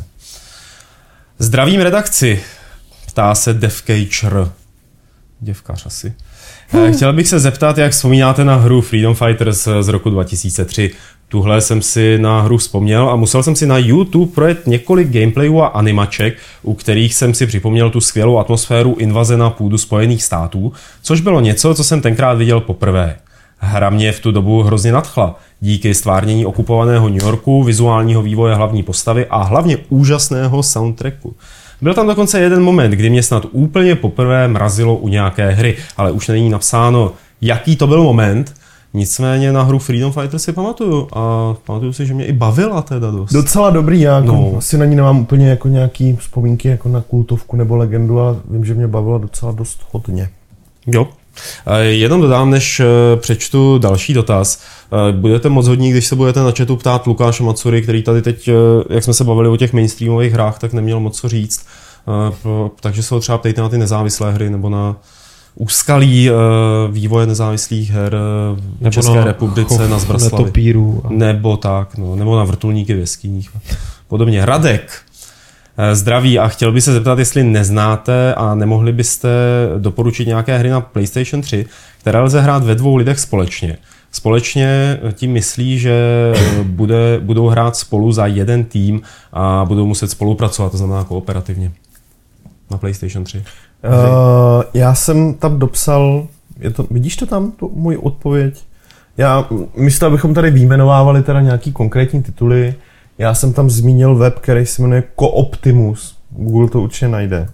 S5: Zdravím redakci, ptá se Devcacher. Děvkař asi. Hmm. Chtěl bych se zeptat, jak vzpomínáte na hru Freedom Fighters z roku dva tisíce tři. Tuhle jsem si na hru vzpomněl a musel jsem si na YouTube projet několik gameplayů a animaček, u kterých jsem si připomněl tu skvělou atmosféru invaze na půdu Spojených států, což bylo něco, co jsem tenkrát viděl poprvé. Hra mě v tu dobu hrozně nadchla, díky stvárnění okupovaného New Yorku, vizuálního vývoje hlavní postavy a hlavně úžasného soundtracku. Byl tam dokonce jeden moment, kdy mě snad úplně poprvé mrazilo u nějaké hry, ale už není napsáno, jaký to byl moment. Nicméně na hru Freedom Fighters si pamatuju a pamatuju si, že mě i bavila teda dost.
S1: Docela dobrý, já jako no. asi na ní nemám úplně jako nějaký vzpomínky jako na kultovku nebo legendu, ale vím, že mě bavila docela dost hodně.
S5: Jo. Jenom dodám, než přečtu další dotaz. Budete moc hodní, když se budete na chatu ptát Lukáše Macury, který tady teď, jak jsme se bavili o těch mainstreamových hrách, tak neměl moc co říct. Takže se ho třeba ptejte na ty nezávislé hry nebo na úskalí uh, vývoje nezávislých her v České na republice, na Zbraslavy.
S2: A...
S5: Nebo tak, no, nebo na vrtulníky v jeskyních. Podobně. Radek, zdraví a chtěl bych se zeptat, jestli neznáte a nemohli byste doporučit nějaké hry na PlayStation tři, které lze hrát ve dvou lidech společně. Společně tím myslí, že bude, budou hrát spolu za jeden tým a budou muset spolupracovat, to znamená kooperativně. Na PlayStation tři.
S1: Uh, já jsem tam dopsal, je to, vidíš to tam, tu můj odpověď? Já místo, abychom tady vyjmenovávali teda nějaký konkrétní tituly, já jsem tam zmínil web, který se jmenuje Cooptimus. Google to určitě najde.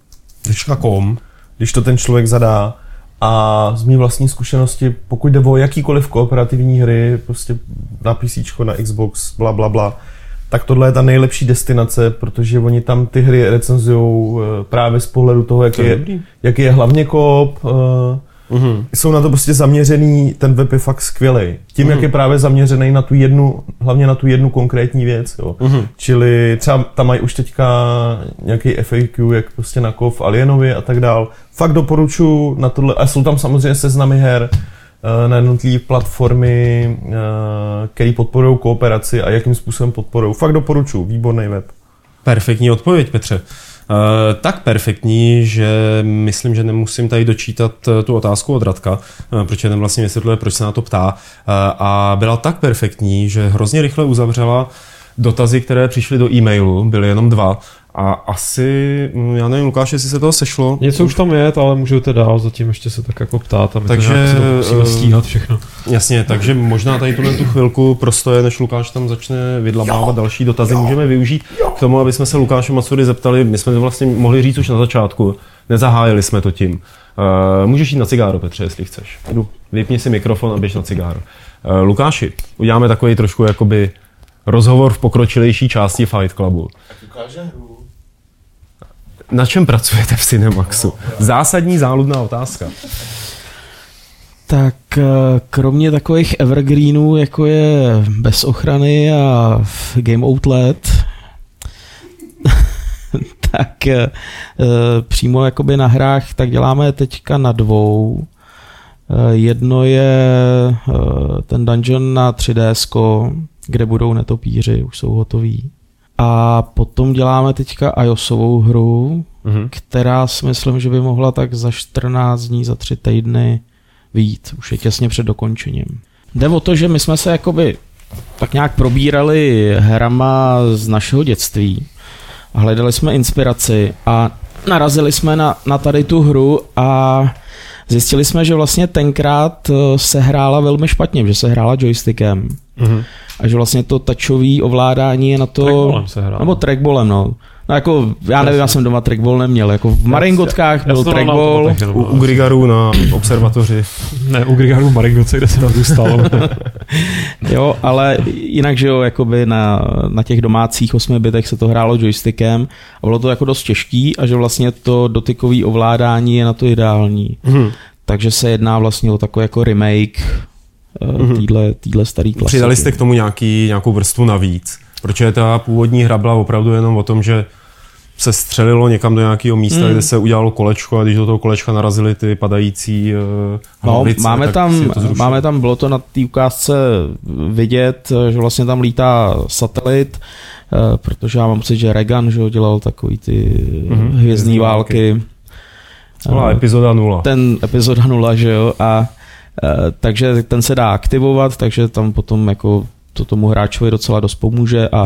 S5: .com.
S1: Když to ten člověk zadá. A z mý vlastní zkušenosti, pokud jde o jakýkoliv kooperativní hry, prostě na PCčko, na Xbox, bla bla bla, tak tohle je ta nejlepší destinace, protože oni tam ty hry recenzujou právě z pohledu toho, jak je, jaký je hlavně koop, Uhum. Jsou na to prostě zaměřený, ten web je fakt skvělej. Tím, uhum. jak je právě zaměřený na tu jednu, hlavně na tu jednu konkrétní věc. Jo. Čili třeba tam mají už teďka nějaký F A Q, jak prostě na kov Alienovi a tak dál. Fakt doporučuji na tohle. A jsou tam samozřejmě seznamy her na jednotlivé platformy, které podporují kooperaci a jakým způsobem podporují. Fakt doporučuji, výborný web.
S5: Perfektní odpověď, Petře. Uh, tak perfektní, že myslím, že nemusím tady dočítat uh, tu otázku od Radka, uh, protože ten vlastně vysvětluje, proč se na to ptá. Uh, a byla tak perfektní, že hrozně rychle uzavřela dotazy, které přišly do e-mailu, byly jenom dva. A asi, já nevím, Lukáš, jestli se toho sešlo.
S2: Něco už tam je, ale můžete dál zatím ještě se tak jako ptát a my takže, to nějak musíme stíhat všechno.
S5: Jasně, takže možná tady tuhle tu chvilku prostoje, než Lukáš tam začne vydlamávat další dotazy, můžeme využít k tomu, aby jsme se Lukáše Macury zeptali, my jsme to vlastně mohli říct už na začátku, nezahájili jsme to tím. Uh, můžeš jít na cigáro, Petře, jestli chceš. Jdu. Vypni si mikrofon a běž na cigáro. Uh, Lukáši, uděláme takový trošku jakoby rozhovor v pokročilejší části Fight Clubu. Na čem pracujete v Cinemaxu? Zásadní záludná otázka.
S4: Tak kromě takových evergreenů, jako je Bez ochrany a Game Outlet, tak přímo jakoby na hrách tak děláme teďka na dvou. Jedno je ten dungeon na tři D S ko, kde budou netopíři, už jsou hotoví. A potom děláme teďka iOSovou hru, mm-hmm. která si myslím, že by mohla tak za čtrnáct dní, za tři týdny vyjít. Už je těsně před dokončením. Jde o to, že my jsme se jakoby tak nějak probírali hrama z našeho dětství a hledali jsme inspiraci a narazili jsme na, na tady tu hru a zjistili jsme, že vlastně tenkrát se hrála velmi špatně, že se hrála joystickem. Mm-hmm. A že vlastně to touchové ovládání je na to...
S2: Trackballem se hrál.
S4: Nebo trackballem, no. No jako, já nevím, já jsem doma trackball neměl. Jako v Maringotkách byl trackball.
S5: U, u Grigaru na observatoři.
S2: Ne, u Grigaru v Maringotce, kde jsem zůstal.
S4: Jo, ale jinak, že jo, jakoby na, na těch domácích osmi bitech se to hrálo joystickem a bylo to jako dost těžký a že vlastně to dotykové ovládání je na to ideální. Mm. Takže se jedná vlastně o takový jako remake týhle, týhle starý klasiky.
S5: Přidali jste k tomu nějaký, nějakou vrstvu navíc, protože ta původní hra byla opravdu jenom o tom, že se střelilo někam do nějakého místa, mm. kde se udělalo kolečko a když do toho kolečka narazily ty padající uh, hlavice,
S4: no, máme tam, máme tam, bylo to na té ukázce vidět, že vlastně tam lítá satelit, uh, protože já mám pocit, že Reagan, že dělal takový ty mm-hmm. hvězdní války. války.
S5: Uh, epizoda nula.
S4: Ten epizoda nula, že jo, a Uh, takže ten se dá aktivovat, takže tam potom jako to tomu hráčovi docela dost pomůže a uh,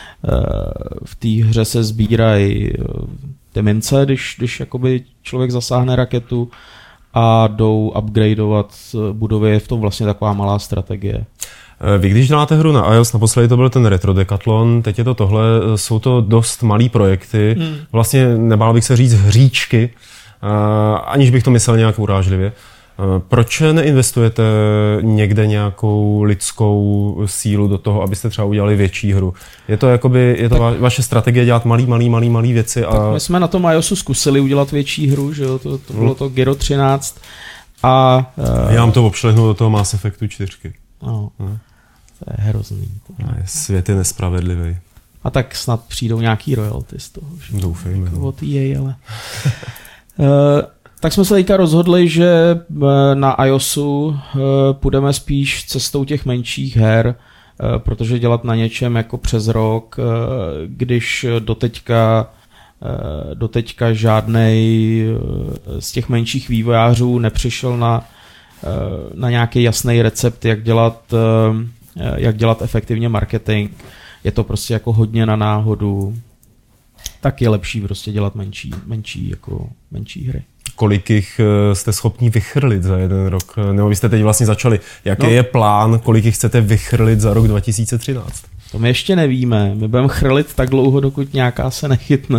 S4: v té hře se sbírají uh, ty mince, když, když jakoby člověk zasáhne raketu a jdou upgradeovat budovy, je v tom vlastně taková malá strategie.
S5: Vy když děláte hru na iOS, naposledy to byl ten Retro Decathlon, teď je to tohle, jsou to dost malý projekty, hmm. vlastně nebál bych se říct hříčky, uh, aniž bych to myslel nějak urážlivě. Proč neinvestujete někde nějakou lidskou sílu do toho, abyste třeba udělali větší hru? Je to jakoby, je to tak, vaše strategie dělat malý, malý, malý, malý věci? A...
S4: Tak my jsme na tom iOSu zkusili udělat větší hru, že jo? To, to bylo hmm. to Gyro třináct a... Uh...
S5: Já vám to obšlehnu do toho Mass Effectu čtyři.
S4: No, hmm. To je hrozný. To
S5: je. Svět je nespravedlivý.
S4: A tak snad přijdou nějaký royalty z toho.
S5: Doufejme.
S4: Jako od E A, ale... uh, Tak jsme se teďka rozhodli, že na iOSu půjdeme spíš cestou těch menších her, protože dělat na něčem jako přes rok, když doteďka, doteďka žádnej z těch menších vývojářů nepřišel na, na nějaký jasný recept, jak dělat, jak dělat efektivně marketing. Je to prostě jako hodně na náhodu. Tak je lepší prostě dělat menší, menší, jako menší hry.
S5: Kolik jich jste schopni vychrlit za jeden rok? Nebo vy jste teď vlastně začali. Jaký no. je plán, kolik jich chcete vychrlit za rok dva tisíce třináct?
S4: To my ještě nevíme. My budeme chrlit tak dlouho, dokud nějaká se nechytne.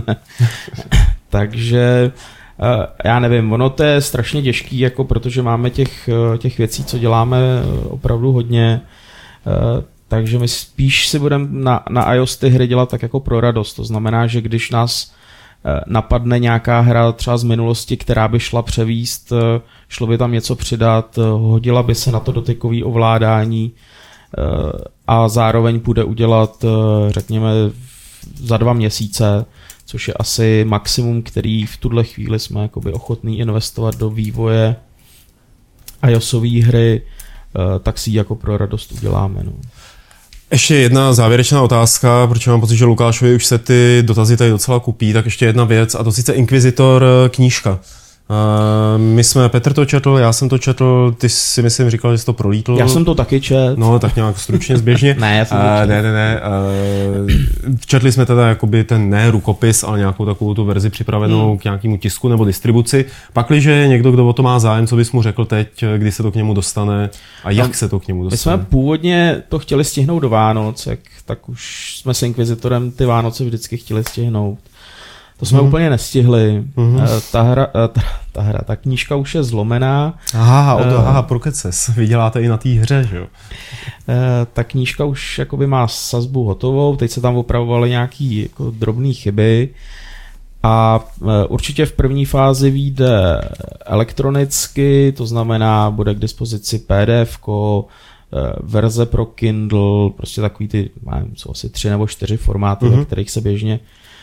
S4: Takže já nevím, ono to je strašně těžký, jako protože máme těch, těch věcí, co děláme opravdu hodně. takže my spíš si budeme na, na iOS ty hry dělat tak jako pro radost. To znamená, že když nás napadne nějaká hra třeba z minulosti, která by šla převíst, šlo by tam něco přidat, hodila by se na to dotykové ovládání a zároveň půjde udělat, řekněme, za dva měsíce, což je asi maximum, který v tuhle chvíli jsme jakoby ochotní investovat do vývoje iOSové hry, tak si ji jako pro radost uděláme. No.
S5: Ještě jedna závěrečná otázka, protože mám pocit, že Lukášovi už se ty dotazy tady docela kupí, tak ještě jedna věc, a to sice Inquisitor knížka. Uh, my jsme, Petr to četl, já jsem to četl, ty si myslím říkal, že jsi to prolítl.
S4: Já jsem to taky četl.
S5: No, tak nějak stručně, zběžně.
S4: ne, já jsem to
S5: uh, ne, ne, ne. Uh, četli jsme teda jakoby ten ne rukopis, ale nějakou takovou tu verzi připravenou hmm. k nějakému tisku nebo distribuci. Pakliže je někdo, kdo o to má zájem, co bys mu řekl teď, kdy se to k němu dostane a jak no, se to k němu dostane?
S4: My jsme původně to chtěli stihnout do Vánoc, jak, tak už jsme s Inquisitorem ty Vánoce vždycky chtěli stihnout. To jsme hmm. úplně nestihli. Hmm. Ta hra, ta, ta hra, ta knížka už je zlomená.
S5: Aha, o to, aha, prokeces. Vy děláte i na té hře, že jo?
S4: Ta knížka už jakoby má sazbu hotovou, teď se tam opravovaly nějaký jako drobné chyby a určitě v první fázi vyjde elektronicky, to znamená, bude k dispozici P D F ko, verze pro Kindle, prostě takový ty, nevím, jsou asi tři nebo čtyři formáty, mm-hmm. ve kterých se běžně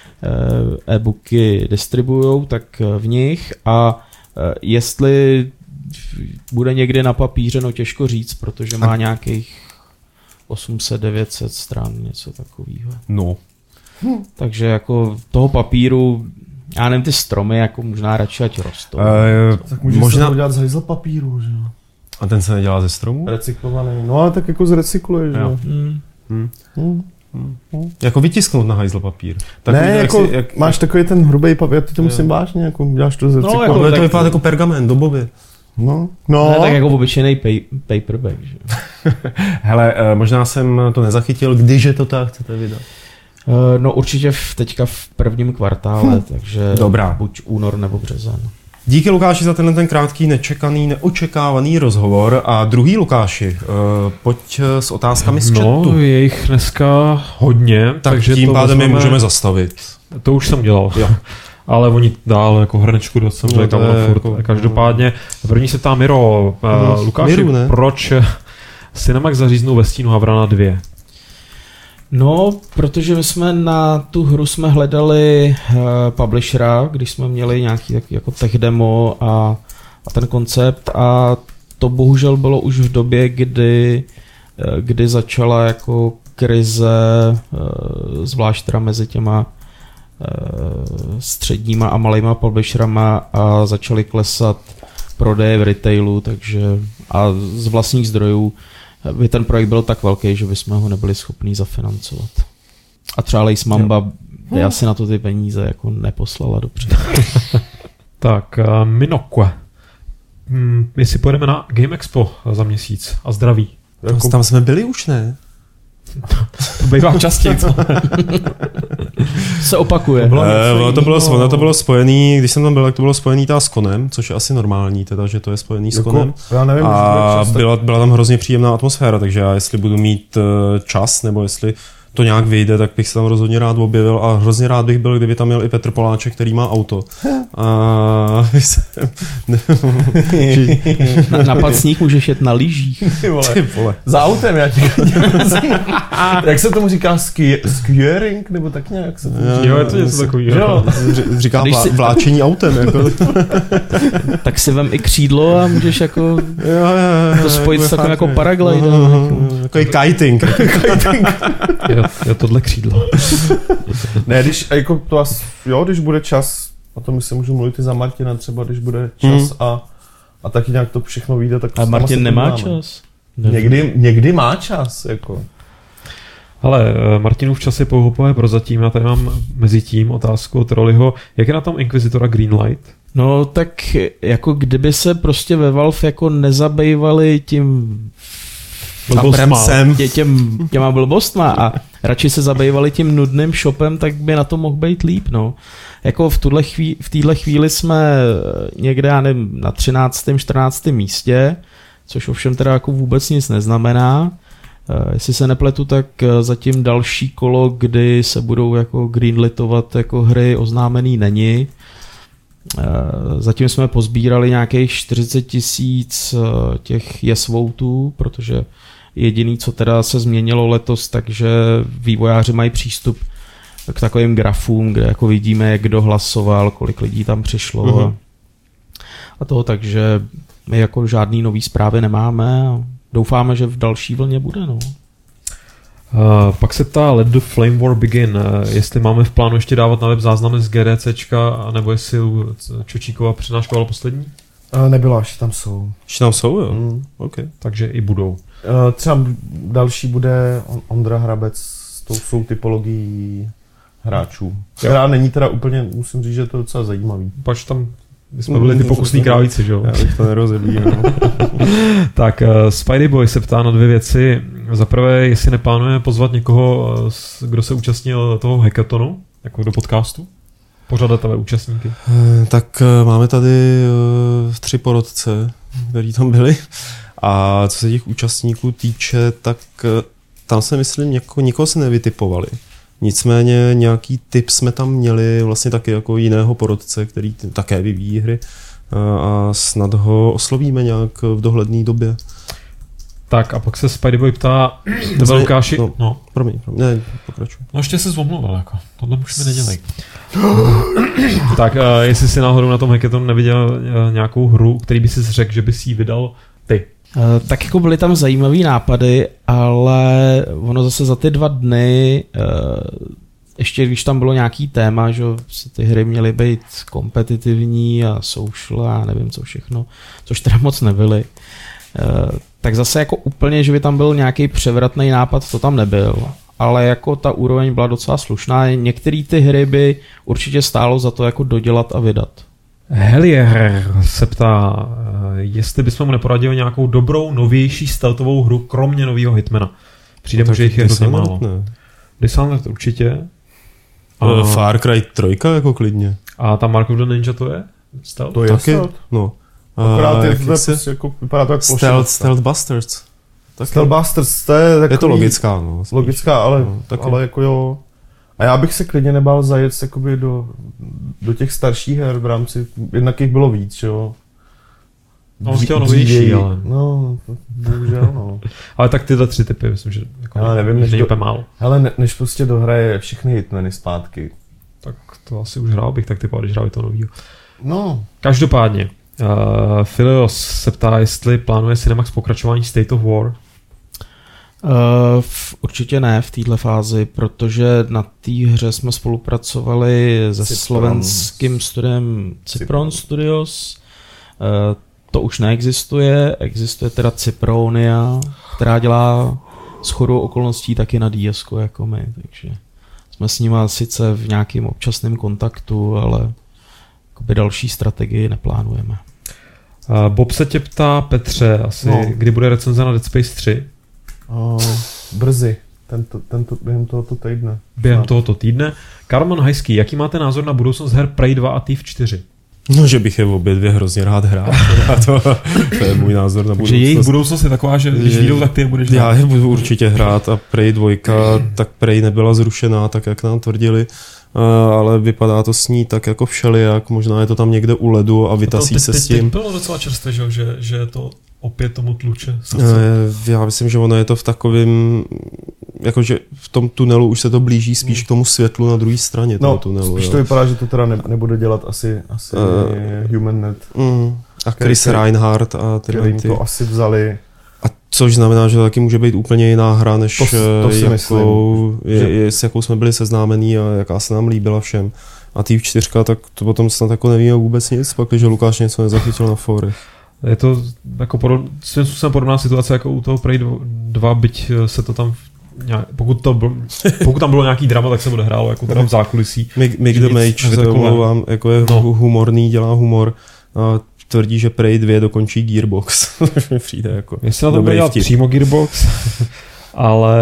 S4: e-booky distribujou, tak v nich a jestli bude někdy na papíře, no těžko říct, protože má nějakých osm set devět set stran, něco takového.
S5: No.
S4: Hm. Takže jako toho papíru, já nevím, ty stromy jako možná radši ať rostou.
S1: E, tak můžeš možná... to udělat z hajzl papíru, že jo?
S5: A ten se nedělá ze stromu?
S1: Recyklovaný, no ale tak jako zrecykluješ, že jo?
S4: Hmm.
S5: Hmm. Hmm. Hmm. Hmm. Jako vytisknout na hajzl papír.
S1: Tak ne, jako si, jak... máš takový ten hrubý papír, já to, to musím vážně, jako děláš to z recyklovaný.
S5: No, jako, to vypadá jako pergament, dobově.
S1: No, no.
S4: Ne, tak jako obyčejný pay, paperback, že?
S5: Hele, možná jsem to nezachytil, když je to tak chcete vydat?
S4: No určitě v, teďka v prvním kvartále, hm. takže
S5: Dobrá.
S4: Buď únor nebo březen.
S5: Díky Lukáši za tenhle ten krátký, nečekaný, neočekávaný rozhovor. A druhý Lukáši, pojď s otázkami z chatu.
S2: No, je jich dneska hodně.
S5: Tak
S2: takže
S5: tím
S2: to
S5: pádem
S2: vezmeme...
S5: je můžeme zastavit.
S2: To už jsem dělal.
S5: Jo.
S2: Ale oni dál jako hrnečku dost jsem řekl, no, furt. Jako, každopádně, první se ptá Miro. No, uh, Lukáši, Miru, proč Cinemax zaříznou ve stínu Havrana dva?
S4: No, protože my jsme na tu hru jsme hledali uh, publishera, když jsme měli nějaký tak, jako tech demo a, a ten koncept a to bohužel bylo už v době, kdy, uh, kdy začala jako krize, uh, zvlášť teda mezi těma uh, středníma a malejma publisherama a začaly klesat prodeje v retailu, takže a z vlastních zdrojů by ten projekt byl tak velký, že bychom ho nebyli schopní zafinancovat. A třeba Lace Mamba by asi na to ty peníze jako neposlala dopředu.
S2: Tak, uh, Minokwe. Hmm, my si pojedeme na Game Expo za měsíc a zdraví.
S5: Jako... Tam jsme byli už, ne?
S2: To bývá častěji.
S4: Se opakuje.
S5: To bylo, e, to, bylo, no, to bylo spojený, když jsem tam byl, tak to bylo spojený ta s Konem, což je asi normální, teda, že to je spojený s Konem.
S1: Já nevím,
S5: a byla, byla tam hrozně příjemná atmosféra, takže já jestli budu mít čas, nebo jestli to nějak vyjde, tak bych se tam rozhodně rád objevil a hrozně rád bych byl, kdyby tam měl i Petr Poláček, který má auto. A...
S4: na, na pacník můžeš jet na lyžích.
S1: Ty vole. Za autem, já ti jak se tomu říká ski, skiering, nebo tak nějak se tomu říká?
S2: Jo, je to něco takového.
S5: Říká vlá,
S4: si...
S5: vláčení autem. Jako.
S4: Tak si vem i křídlo a můžeš jako
S5: jo, jo, jo,
S4: to spojit s takovým jako paraglidem.
S5: Takový kiting.
S2: Jo, jo, tohle křídlo.
S1: Ne, když, jako to as, jo, když bude čas, a to my se můžu mluvit i za Martina třeba, když bude čas hmm. a, a taky nějak to všechno vyjde, tak...
S4: A Martin nemá čas?
S1: Někdy, někdy má čas, jako.
S2: Ale Martinův čas je pouhopové prozatím, já tady mám mezi tím otázku od Rollyho. Jak je na tom Inquisitora Greenlight?
S4: No tak jako kdyby se prostě ve Valve jako nezabývali tím tě, těm, těma blbostma a radši se zabývali tím nudným shopem, tak by na to mohl být líp, no. Jako v tuhle chvíli, v téhle chvíli jsme někde, já nevím, na třináctém čtrnáctém místě, což ovšem teda jako vůbec nic neznamená. Jestli se nepletu, tak zatím další kolo, kdy se budou jako greenlitovat jako hry, oznámený není. Zatím jsme pozbírali nějakých čtyřicet tisíc těch yes votů, protože jediný, co teda se změnilo letos, takže vývojáři mají přístup k takovým grafům, kde jako vidíme, jak kdo hlasoval, kolik lidí tam přišlo mm-hmm. a, a toho, takže my jako žádný nový zprávy nemáme a doufáme, že v další vlně bude. No.
S2: Uh, pak se ptá Let the Flame War Begin, uh, jestli máme v plánu ještě dávat na web záznamy z GDCčka, nebo jestli Čočíková přednáškovala poslední?
S1: Uh, nebyla, ještě tam jsou.
S5: Ještě tam jsou, jo?
S1: Mm.
S5: Okay.
S2: Takže i budou. Uh,
S1: třeba další bude Ondra Hrabec s tou svou typologií hráčů. Která není teda úplně, musím říct, že to je docela zajímavý.
S2: Pač tam my jsme byli ty pokusní krávíci, že jo?
S5: Já bych to nerozebíral.
S2: Tak, uh, Spidey Boy se ptá na dvě věci. Za prvé, jestli neplánujeme pozvat někoho, kdo se účastnil toho hackathonu, jako do podcastu? Pořadatele, účastníky.
S5: Uh, tak uh, máme tady uh, tři porodce, kteří tam byli. A co se těch účastníků týče, tak uh, tam se myslím, něko, nikoho se nevytipovali. Nicméně nějaký tip jsme tam měli vlastně taky jako jiného porodce, který také vyvíjí hry a snad ho oslovíme nějak v dohledné době.
S2: Tak a pak se Spideyboy ptá, tebe Lukáši...
S5: No, no. Promiň, promiň, ne, pokračuj.
S2: No ještě se zomluval, jako. Tohle už mi nedělej. Tak uh, jestli si náhodou na tom hackathonu neviděl uh, nějakou hru, který by si řekl, že by si ji vydal ty.
S4: Uh, tak jako byly tam zajímavý nápady, ale ono zase za ty dva dny, uh, ještě když tam bylo nějaký téma, že se ty hry měly být kompetitivní a social a nevím co všechno, což teda moc nebyly, uh, tak zase jako úplně, že by tam byl nějaký převratný nápad, to tam nebyl. Ale jako ta úroveň byla docela slušná. Některé ty hry by určitě stálo za to jako dodělat a vydat.
S2: Helier se ptá, jestli bychom mu neporadili nějakou dobrou, novější stealthovou hru, kromě nového Hitmana. Přijde mu, že jich je hrozně málo. Dishonored určitě.
S5: A uh, Far Cry tři jako klidně.
S2: A ta Mark of the Ninja to je? Stealth?
S1: To je
S5: taky?
S1: stealth.
S5: No.
S1: Akorát je to se... jako, vypadá to jak
S5: Stealth, Stealth Busters.
S1: Stealth Busters, to je takový...
S5: Je to logická, no. Spíš.
S1: Logická, ale,
S5: no,
S1: ale jako jo... A já bych se klidně nebál zajet jakoby do, do těch starších her v rámci... Jednak jich bylo víc, že jo.
S2: No, on chtěl novější, ale...
S1: No, bohužel, no.
S2: Ale tak tyhle tři typy, myslím, že jako
S1: ale nevím, než
S2: není
S1: do,
S2: úplně málo.
S1: Hele, ne, než prostě dohraje všechny Hitmany zpátky.
S2: Tak to asi už hrál bych tak typoval, když hrál to novýho.
S1: No.
S2: Každopádně, uh, Filios se ptá, jestli plánuje Cinemax pokračování State of War.
S4: Uh, v, určitě ne v této fázi, protože na té hře jsme spolupracovali se Cipron. slovenským studiem Cipron, Cipron Studios. Uh, to už neexistuje, existuje teda Cipronia, která dělá shodou okolností taky na D S ko jako my, takže jsme s nima sice v nějakém občasném kontaktu, ale jakoby další strategii neplánujeme.
S2: Uh, Bob se tě ptá, Petře, asi no. Kdy bude recenze na Dead Space tři?
S1: Uh, brzy, tento, tento, během tohoto týdne.
S2: Během Snad. tohoto týdne. Karman Hajský, jaký máte názor na budoucnost her Prey dva a Thief čtyři?
S5: No, že bych je v obě dvě hrozně rád hrál. to, to je můj názor na budoucnost.
S2: Takže jejich budoucnost je taková, že když vyjdou, tak ty je budeš hrát.
S5: Já je budu určitě hrát a Prey dva, tak Prey nebyla zrušená, tak jak nám tvrdili. Uh, ale vypadá to s ní tak jako všelijak, možná je to tam někde u ledu a vytasí
S2: to,
S5: se
S2: teď,
S5: s tím.
S2: Teď bylo docela čerstvé, že, že to opět tomu tluče srdce.
S5: Uh, já myslím, že ono je to v takovém, jakože v tom tunelu už se to blíží spíš mm. k tomu světlu na druhé straně toho
S1: no,
S5: tunelu.
S1: spíš
S5: jo.
S1: to vypadá, že to teda ne, nebude dělat asi, asi uh, HumanNet.
S5: Mm. A Chris který, Reinhardt a ty.
S1: to asi vzali.
S5: A což znamená, že to taky může být úplně jiná hra, než
S1: to, to si
S5: jakou,
S1: myslím,
S5: je,
S1: že...
S5: je, s jakou jsme byli seznámení a jaká se nám líbila všem. A Thief čtyři, tak to potom snad jako nevíme vůbec nic, pak, že Lukáš něco nezachytil na fórech.
S2: Je to jako podob, svým způsobem podobná situace jako u toho Prey dva, byť se to tam nějak, pokud, to byl, pokud tam bylo nějaký drama, tak se odehrálo jako tam v zákulisí.
S5: Mick the Mage, se omlouvám, jako je no. humorný, dělá humor. A tvrdí, že Prey dva dokončí Gearbox. mi přijde jako
S2: jestli na to bude dělat přímo Gearbox, ale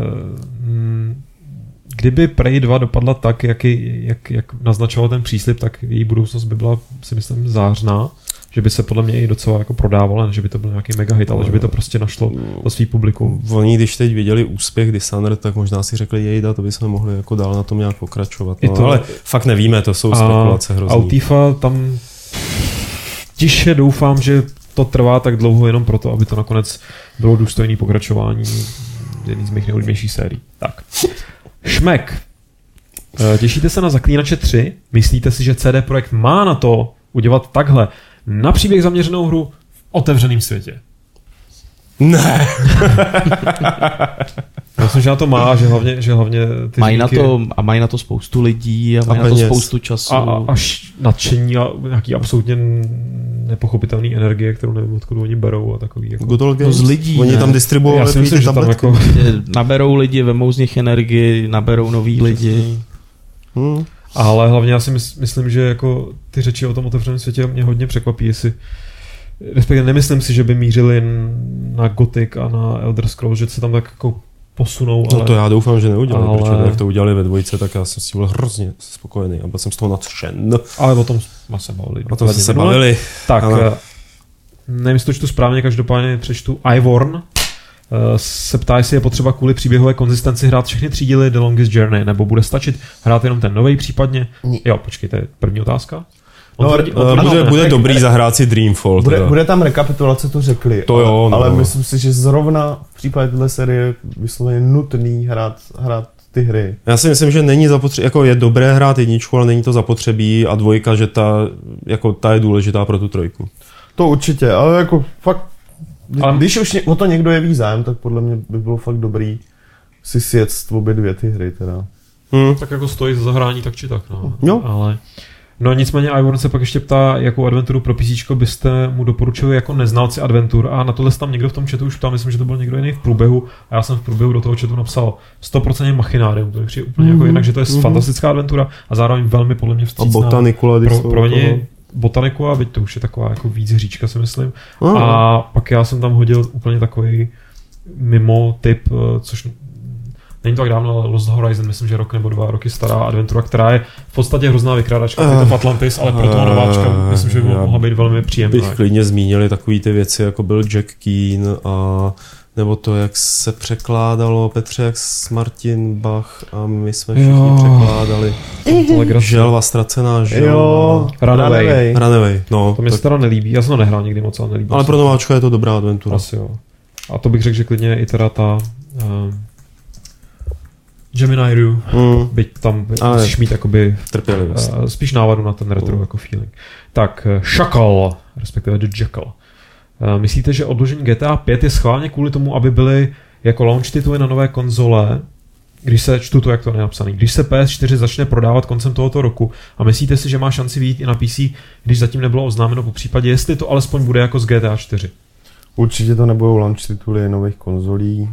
S2: hm, kdyby Prey dva dopadla tak, jak, jak, jak naznačoval ten příslib, tak její budoucnost by byla, si myslím, zářná. že by se podle mě i docela jako prodávalo, že by to byl nějaký mega hit, ale že by to prostě našlo to svý publikum.
S5: Oni, když teď viděli úspěch Dishonored, tak možná si řekli, jejda, to bychom mohli jako dál na tom nějak pokračovat. No, to, ale fakt nevíme, to jsou spekulace hrozný.
S2: A Tifa tam tiše doufám, že to trvá tak dlouho jenom proto, aby to nakonec bylo důstojné pokračování jedný z mých nejoblíbenějších sérií. Tak. Šmek. Těšíte se na Zaklínače tři? Myslíte si, že C D Projekt má na to udělat takhle na příběh zaměřenou hru v otevřeném světě?
S5: Ne.
S2: Já myslím, že na to má, že hlavně, že hlavně ty
S4: mají na
S2: říky,
S4: to, a mají na to spoustu lidí a mají
S5: a
S4: na to
S5: peněz.
S4: spoustu času.
S2: a, a až nadšení a nějaký absolutně nepochopitelný energie, kterou nevím, odkud oni berou a takový. Jako...
S5: Good old
S4: No
S5: games.
S4: z lidí,
S5: Oni
S4: ne?
S5: tam distribuovali
S2: Já si myslím, že tam
S5: tabletky.
S2: jako...
S4: Naberou lidi, vemou z nich energii, naberou nový lidi.
S5: Hmm.
S2: Ale hlavně já si mys- myslím, že jako ty řeči o tom otevřeném světě mě hodně překvapí, jestli respektive nemyslím si, že by mířili na Gothic a na Elder Scrolls, že se tam tak jako posunou.
S5: No
S2: ale...
S5: to já doufám, že neudělali,
S2: ale...
S5: protože jak to udělali ve dvojce, tak já jsem s tím byl hrozně spokojený a byl jsem z toho nadšen.
S2: Ale o tom jsme se bavili.
S5: O tom jsme se bavili.
S2: Tak,
S5: ano.
S2: nevím, jestli to čtu správně, každopádně přečtu Ivorn. Se ptá, jestli je potřeba kvůli příběhové konzistenci hrát všechny tři díly The Longest Journey, nebo bude stačit hrát jenom ten nový případně. Jo, počkej, to je první otázka.
S1: No,
S2: tvrdí,
S5: Uh,
S2: tvrdí,
S5: bude,
S2: ne,
S5: bude
S2: ne,
S5: dobrý
S2: ne,
S5: zahrát si Dreamfall.
S1: Bude,
S5: teda.
S1: bude tam rekapitulace, to řekli.
S5: To jo,
S1: ale,
S5: no.
S1: ale myslím si, že zrovna v případě téhle série je vysloveně nutný hrát, hrát ty hry.
S5: Já si myslím, že není zapotřebí, jako je dobré hrát jedničku, ale není to zapotřebí a dvojka, že ta, jako ta je důležitá pro tu trojku.
S1: To určitě, ale jako fakt,
S2: Ale-
S1: když už ně, o to někdo jeví zájem, tak podle mě by bylo fakt dobrý si sjet obě dvě ty hry teda.
S5: Hmm.
S2: tak jako stojí za zahrání tak či tak. No.
S5: Jo.
S2: Ale... No nicméně Ivorn se pak ještě ptá, jakou adventuru pro PCčko byste mu doporučili jako neznalci adventur, a na tohle se tam někdo v tom chatu už ptal, myslím, že to byl někdo jiný v průběhu, a já jsem v průběhu do toho chatu napsal sto procent Machinarium, to mi přijde úplně mm-hmm. jako jinak, že to je mm-hmm. fantastická adventura a zároveň velmi podle mě
S5: A
S2: vstřícná
S5: Botanicula, když
S2: pro,
S5: jsou
S2: pro
S5: toho.
S2: ně Botaniku, a byť to už je taková jako víc hříčka, si myslím.
S5: Aha.
S2: A pak já jsem tam hodil úplně takový mimo typ, což není to tak dávno, ale Lost Horizon, myslím, že rok nebo dva roky stará adventura, která je v podstatě hrozná vykrádačka, uh, je to Atlantis, ale pro toho nováčka myslím, že by mohla být velmi příjemná.
S5: Bych klidně zmínili takový ty věci, jako byl Jack Keen a nebo to, jak se překládalo, Petře, jak s Martin Bach a my jsme všichni
S2: Jo.
S5: překládali. Želva ztracená, želva.
S1: Jo,
S2: Runaway.
S5: Runaway, no.
S2: To mi se
S5: tak,
S2: teda nelíbí, já jsem to nehrál nikdy moc, ale nelíbí.
S5: ale
S2: se.
S5: pro nováčka je to dobrá adventura.
S2: Asi jo. A to bych řekl, že klidně i teda ta uh, Gemini Rue,
S5: Mm,
S2: byť tam
S5: Ale-
S2: musíš mít jakoby
S5: trpělivost.
S2: uh, spíš návadu na ten retro
S5: Mm.
S2: jako feeling. Tak, uh, Šakal, respektive The Jackal. Uh, myslíte, že odložení G T A pět je schválně kvůli tomu, aby byly jako launch tituly na nové konzole, když se, čtu to, jak to je napsaný, když se P S čtyři začne prodávat koncem tohoto roku, a myslíte si, že má šanci vyjít i na P C, když zatím nebylo oznámeno, po případě, jestli to alespoň bude jako z G T A čtyři?
S1: Určitě to nebudou launch tituly nových konzolí.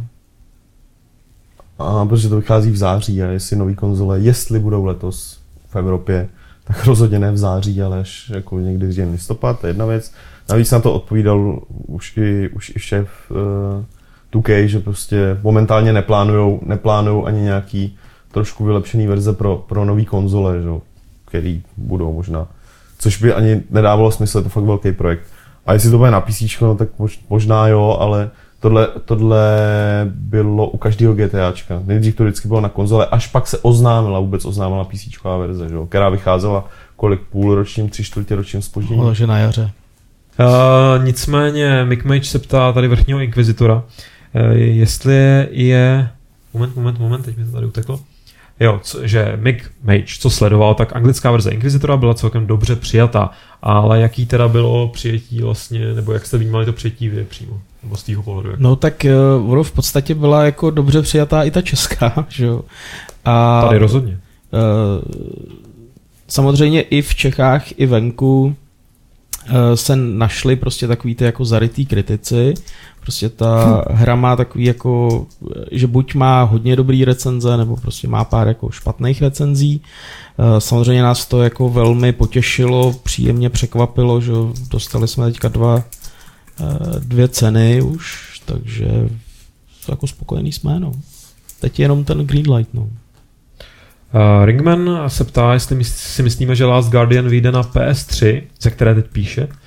S1: A protože to vychází v září, a jestli nový konzole, jestli budou letos v Evropě, tak rozhodně ne v září, ale až jako někdy v listopad, to je jedna věc. Navíc na to odpovídal už i, už i šéf uh, two K, že prostě momentálně neplánujou, neplánujou ani nějaký trošku vylepšený verze pro, pro nový konzole, že, který budou možná. Což by ani nedávalo smysl, je to fakt velký projekt. A jestli to bude na P C, no, tak možná jo, ale tohle, tohle bylo u každého GTAčka. Nejdřív to vždycky bylo na konzole, až pak se oznámila, vůbec oznámila PCčková verze, že? Která vycházela kolik půlročním, tři čtvrtě ročním zpoždění.
S4: No, že na jaře.
S2: Uh, nicméně Mick Mage se ptá tady vrchního inkvizitora, uh, jestli je... Moment, moment, moment, teď mi to tady uteklo. Jo, co, že Mick Mage, co sledoval, tak anglická verze Inquisitora byla celkem dobře přijatá, ale jaký teda bylo přijetí vlastně, nebo jak jste vnímali to přijetí vy přímo, nebo z tého pohledu? Jak...
S4: No tak uh, ono v podstatě byla jako dobře přijatá i ta česká, že jo. A,
S2: Tady rozhodně.
S4: Uh, samozřejmě i v Čechách, i venku uh, se našli prostě takový ty jako zarytý kritici. Prostě ta hm. hra má takový jako, že buď má hodně dobrý recenze, nebo prostě má pár jako špatných recenzí. Uh, samozřejmě nás to jako velmi potěšilo, příjemně překvapilo, že dostali jsme teďka dva, uh, dvě ceny už, takže jako spokojený jsme, no. Teď je jenom ten green light, no.
S2: Uh, Ringman se ptá, jestli si myslíme, že Last Guardian vyjde na P S tři, ze které teď píše,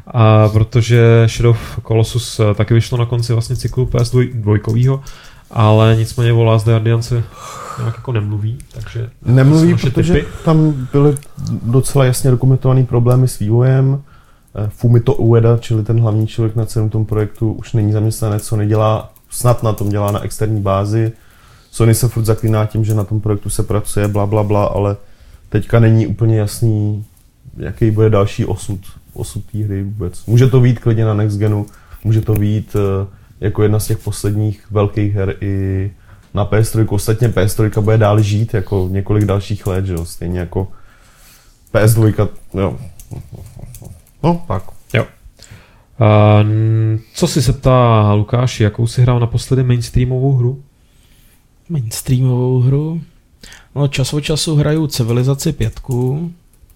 S2: A protože Shadow of Colossus taky vyšlo na konci vlastně cyklu P S dva, ale nicméně o Last Guardian se nějak jako nemluví, takže...
S1: Nemluví, protože typy. Tam byly docela jasně dokumentované problémy s vývojem. Fumito Ueda, čili ten hlavní člověk na celém tom projektu, už není zaměstnanec, co nedělá, snad na tom dělá na externí bázi. Sony se furt zaklíná tím, že na tom projektu se pracuje, bla, bla, bla, ale teďka není úplně jasný, jaký bude další osud, osud té hry vůbec. Může to být klidně na Next Genu, může to být jako jedna z těch posledních velkých her i na P S tři. Ostatně P S tři bude dál žít jako několik dalších let, že jo? Stejně jako P S dva, jo. No, tak.
S2: Jo. A, co si se ptá Lukáš, jakou si hrál naposledy mainstreamovou hru?
S4: Mainstreamovou hru? No, čas od času hraju Civilizaci pětku. Uh,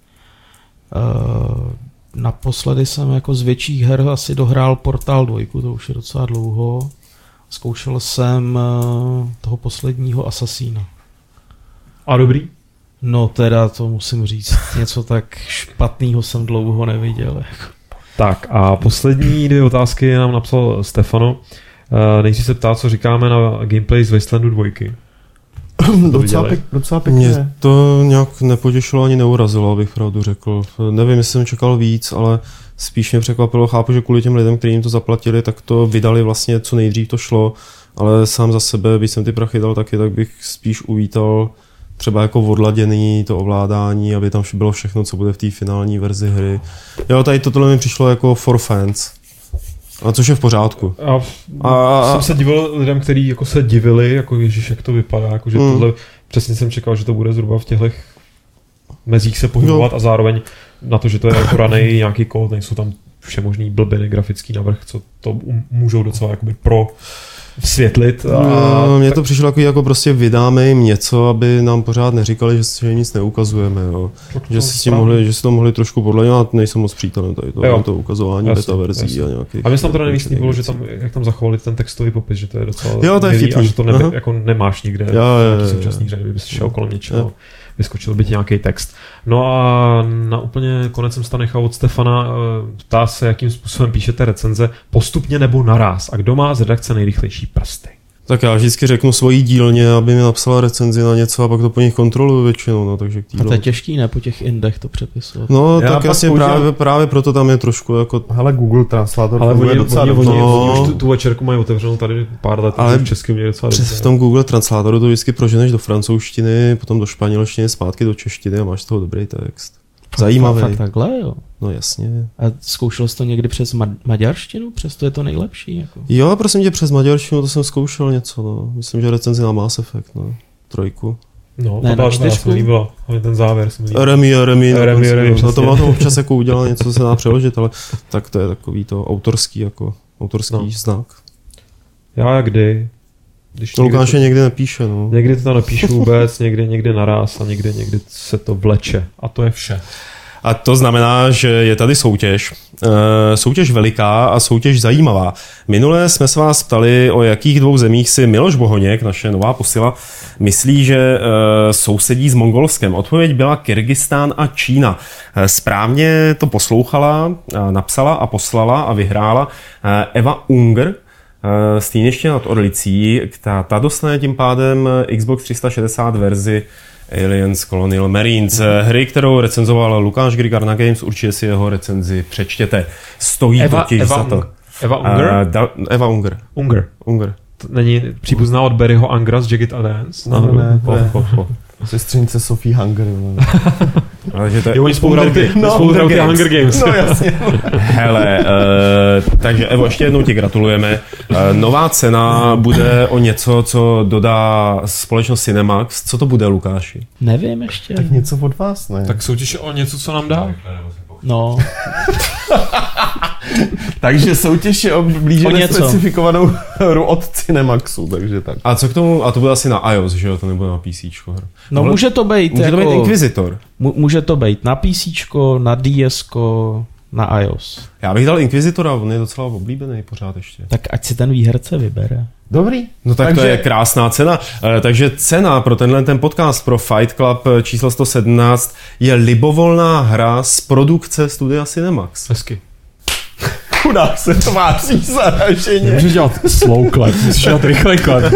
S4: naposledy jsem jako z větších her asi dohrál Portal dva, to už je docela dlouho. Zkoušel jsem uh, toho posledního Asasína.
S2: A dobrý?
S4: No teda to musím říct, něco tak špatného jsem dlouho neviděl.
S2: Tak a poslední dvě otázky nám napsal Stefano. Uh, nejdřív se ptá, co říkáme na gameplay z Wastelandu dva.
S1: docela, pěk, docela pěkně.
S5: Mě to nějak nepotěšilo ani neurazilo, abych pravdu řekl. Nevím, jestli jsem čekal víc, ale spíš mě překvapilo. Chápu, že kvůli těm lidem, kteří jim to zaplatili, tak to vydali vlastně co nejdřív to šlo, ale sám za sebe, když jsem ty prachy dal taky, tak bych spíš uvítal třeba jako odladěný to ovládání, aby tam bylo všechno, co bude v té finální verzi hry. Jo, tady tohle mi přišlo jako for fans. A což je v pořádku.
S2: A, a, a jsem se divil lidem, kteří jako se divili, jako ježiš, jak to vypadá, jako že mm. tohle, přesně jsem čekal, že to bude zhruba v těchto mezích se pohybovat no. A zároveň na to, že to je jako ranej nějaký kód, nejsou tam všemožný blbiny, grafický navrch, co to můžou docela jakoby pro vsvětlit. A...
S5: No, mně to přišlo jako, jako prostě vydáme jim něco, aby nám pořád neříkali, že, že nic neukazujeme. Jo. Že, si s tím mohli, že si to mohli trošku podle nejsem moc přítelem tady to, to ukazování jasně, beta verzí jasně. A nějaký.
S2: A mě se tam teda nejvíc líbilo, že tam, jak tam zachovali ten textový popis, že to je docela
S5: jo, to je
S2: milý a že to nebe, jako nemáš nikde v současných hře, kdyby si šel kolem něčeho. Vyskočil by ti nějaký text. No a na úplně konec jsem se nechal od Stefana, ptá se, jakým způsobem píšete recenze, postupně nebo naráz a kdo má z redakce nejrychlejší prsty?
S5: Tak já vždycky řeknu svojí dílně, aby mi napsala recenzi na něco a pak to po nich kontroluju většinou. No, takže
S4: a to je těžký, ne, po těch indech to přepisovat.
S5: No, já tak jasně použil... právě, právě proto tam je trošku jako...
S1: Hele, Google Translator
S2: ale
S1: funguje
S2: oni,
S1: docela
S2: oni,
S1: dobře.
S2: Oni,
S5: no.
S2: oni už tu, tu večerku mají otevřenou tady pár let, ale v českém je docela
S5: přes
S2: dobře.
S5: V tom Google Translatoru to vždycky proženeš do francouzštiny, potom do španělštiny, zpátky do češtiny a máš z toho dobrý text. Zajímavý.
S4: Fakt takhle, jo.
S5: No jasně.
S4: A zkoušel jsi to někdy přes ma- maďarštinu? Přesto je to nejlepší, jako.
S5: Jo, prosím tě, přes maďarštinu to jsem zkoušel něco, no. Myslím, že recenzi na Mass Effect, no. Trojku.
S2: No, ne, ta se mi líbila, ale ten závěr se mi líbil.
S5: Remy, Remy, no to má to občas jako udělat něco, co se dá přeložit, ale tak to je takový to autorský, jako autorský no. znak.
S2: Já kdy? Když
S5: to Lukáše někdy nepíše, no.
S2: Někdy to tam nepíšu vůbec, někdy, někdy naráz a někdy, někdy se to vleče. A to je vše.
S5: A to znamená, že je tady soutěž. E, soutěž veliká a soutěž zajímavá. Minule jsme se vás ptali, o jakých dvou zemích si Miloš Bohoněk, naše nová posila, myslí, že e, sousedí s Mongolskem. Odpověď byla Kyrgyzstán a Čína. E, správně to poslouchala, e, napsala a poslala a vyhrála e, Eva Unger, z Týniště nad Orlicí. Ta, ta dostane tím pádem Xbox tři sta šedesát verzi Aliens Colonial Marines. Hry, kterou recenzoval Lukáš Grigar na Games, určitě si jeho recenzi přečtěte. Stojí
S2: Eva,
S5: totiž
S2: Eva
S5: za to.
S2: Eva Unger? Uh,
S5: da, Eva Unger.
S2: Unger.
S5: Unger.
S2: To není příbuzná od Barryho Angera z Jagged Alliance?
S1: No, no, ne, oh, oh, oh. Sestřenice Sophie Hunger.
S5: Ale že to je...
S2: Jo, oni spolu hrajou ty, no, spolu hrajou ty Hunger Games.
S5: No jasně. Hele, uh, takže Evo, ještě jednou ti gratulujeme. Uh, nová cena bude o něco, co dodá společnost Cinemax. Co to bude, Lukáši?
S4: Nevím ještě.
S1: Tak něco od vás, ne?
S2: Tak soutěž o něco, co nám dá.
S4: No.
S1: Takže soutěž je o blíže nespecifikovanou hru od Cinemaxu, takže tak.
S5: A co k tomu, a to bude asi na iOS, že jo, to nebude na PCčko hra.
S4: No Tohle, může to být
S5: může
S4: jako...
S5: to být Inquisitor.
S4: Může to být na PCčko, na DSko, na iOS.
S5: Já bych dal Inquisitora, on je docela oblíbený pořád ještě.
S4: Tak ať si ten výherce vybere.
S1: Dobrý.
S5: No tak
S1: takže...
S5: to je krásná cena. E, takže cena pro tenhle ten podcast pro Fight Club číslo sto sedmnáct je libovolná hra z produkce studia Cinemax.
S2: Hezky.
S5: Chudák se tváří zaraženě.
S2: Můžeš dělat slow clap, musíš dělat rychlej clap.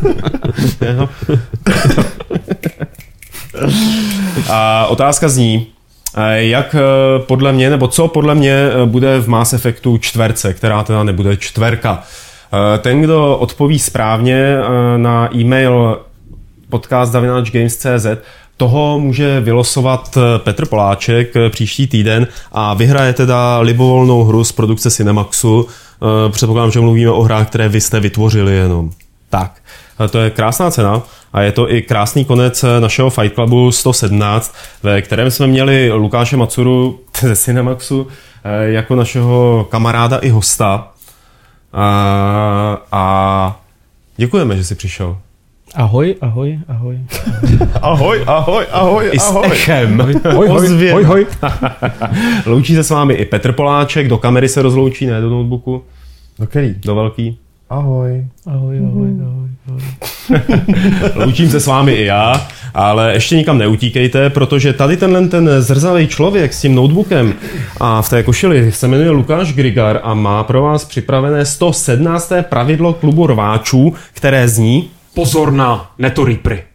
S5: A otázka zní, jak podle mě, nebo co podle mě bude v Mass Effectu čtverce, která teda nebude čtverka. Ten, kdo odpoví správně na e-mail podcast zavináč games tečka cé zet, toho může vylosovat Petr Poláček příští týden a vyhraje teda libovolnou hru z produkce Cinemaxu. Předpokládám, že mluvíme o hrách, které vy jste vytvořili jenom. Tak, to je krásná cena a je to i krásný konec našeho Fight Clubu sto sedmnáct, ve kterém jsme měli Lukáše Macuru ze Cinemaxu jako našeho kamaráda i hosta. A, a děkujeme, že jsi přišel.
S4: Ahoj, ahoj, ahoj.
S1: Ahoj, ahoj, ahoj,
S5: I s
S1: ahoj.
S5: echem.
S2: Hoj, hoj, hoj, hoj.
S5: Loučí se s vámi i Petr Poláček, do kamery se rozloučí, ne do notebooku.
S1: Do který?
S5: Do velký.
S1: Ahoj.
S4: Ahoj, ahoj, ahoj, ahoj.
S5: Loučím se s vámi i já, ale ještě nikam neutíkejte, protože tady tenhle ten zrzavý člověk s tím notebookem a v té košili se jmenuje Lukáš Grigar a má pro vás připravené sto sedmnácté pravidlo klubu rváčů, které zní:
S2: Pozor na Neto Reapery.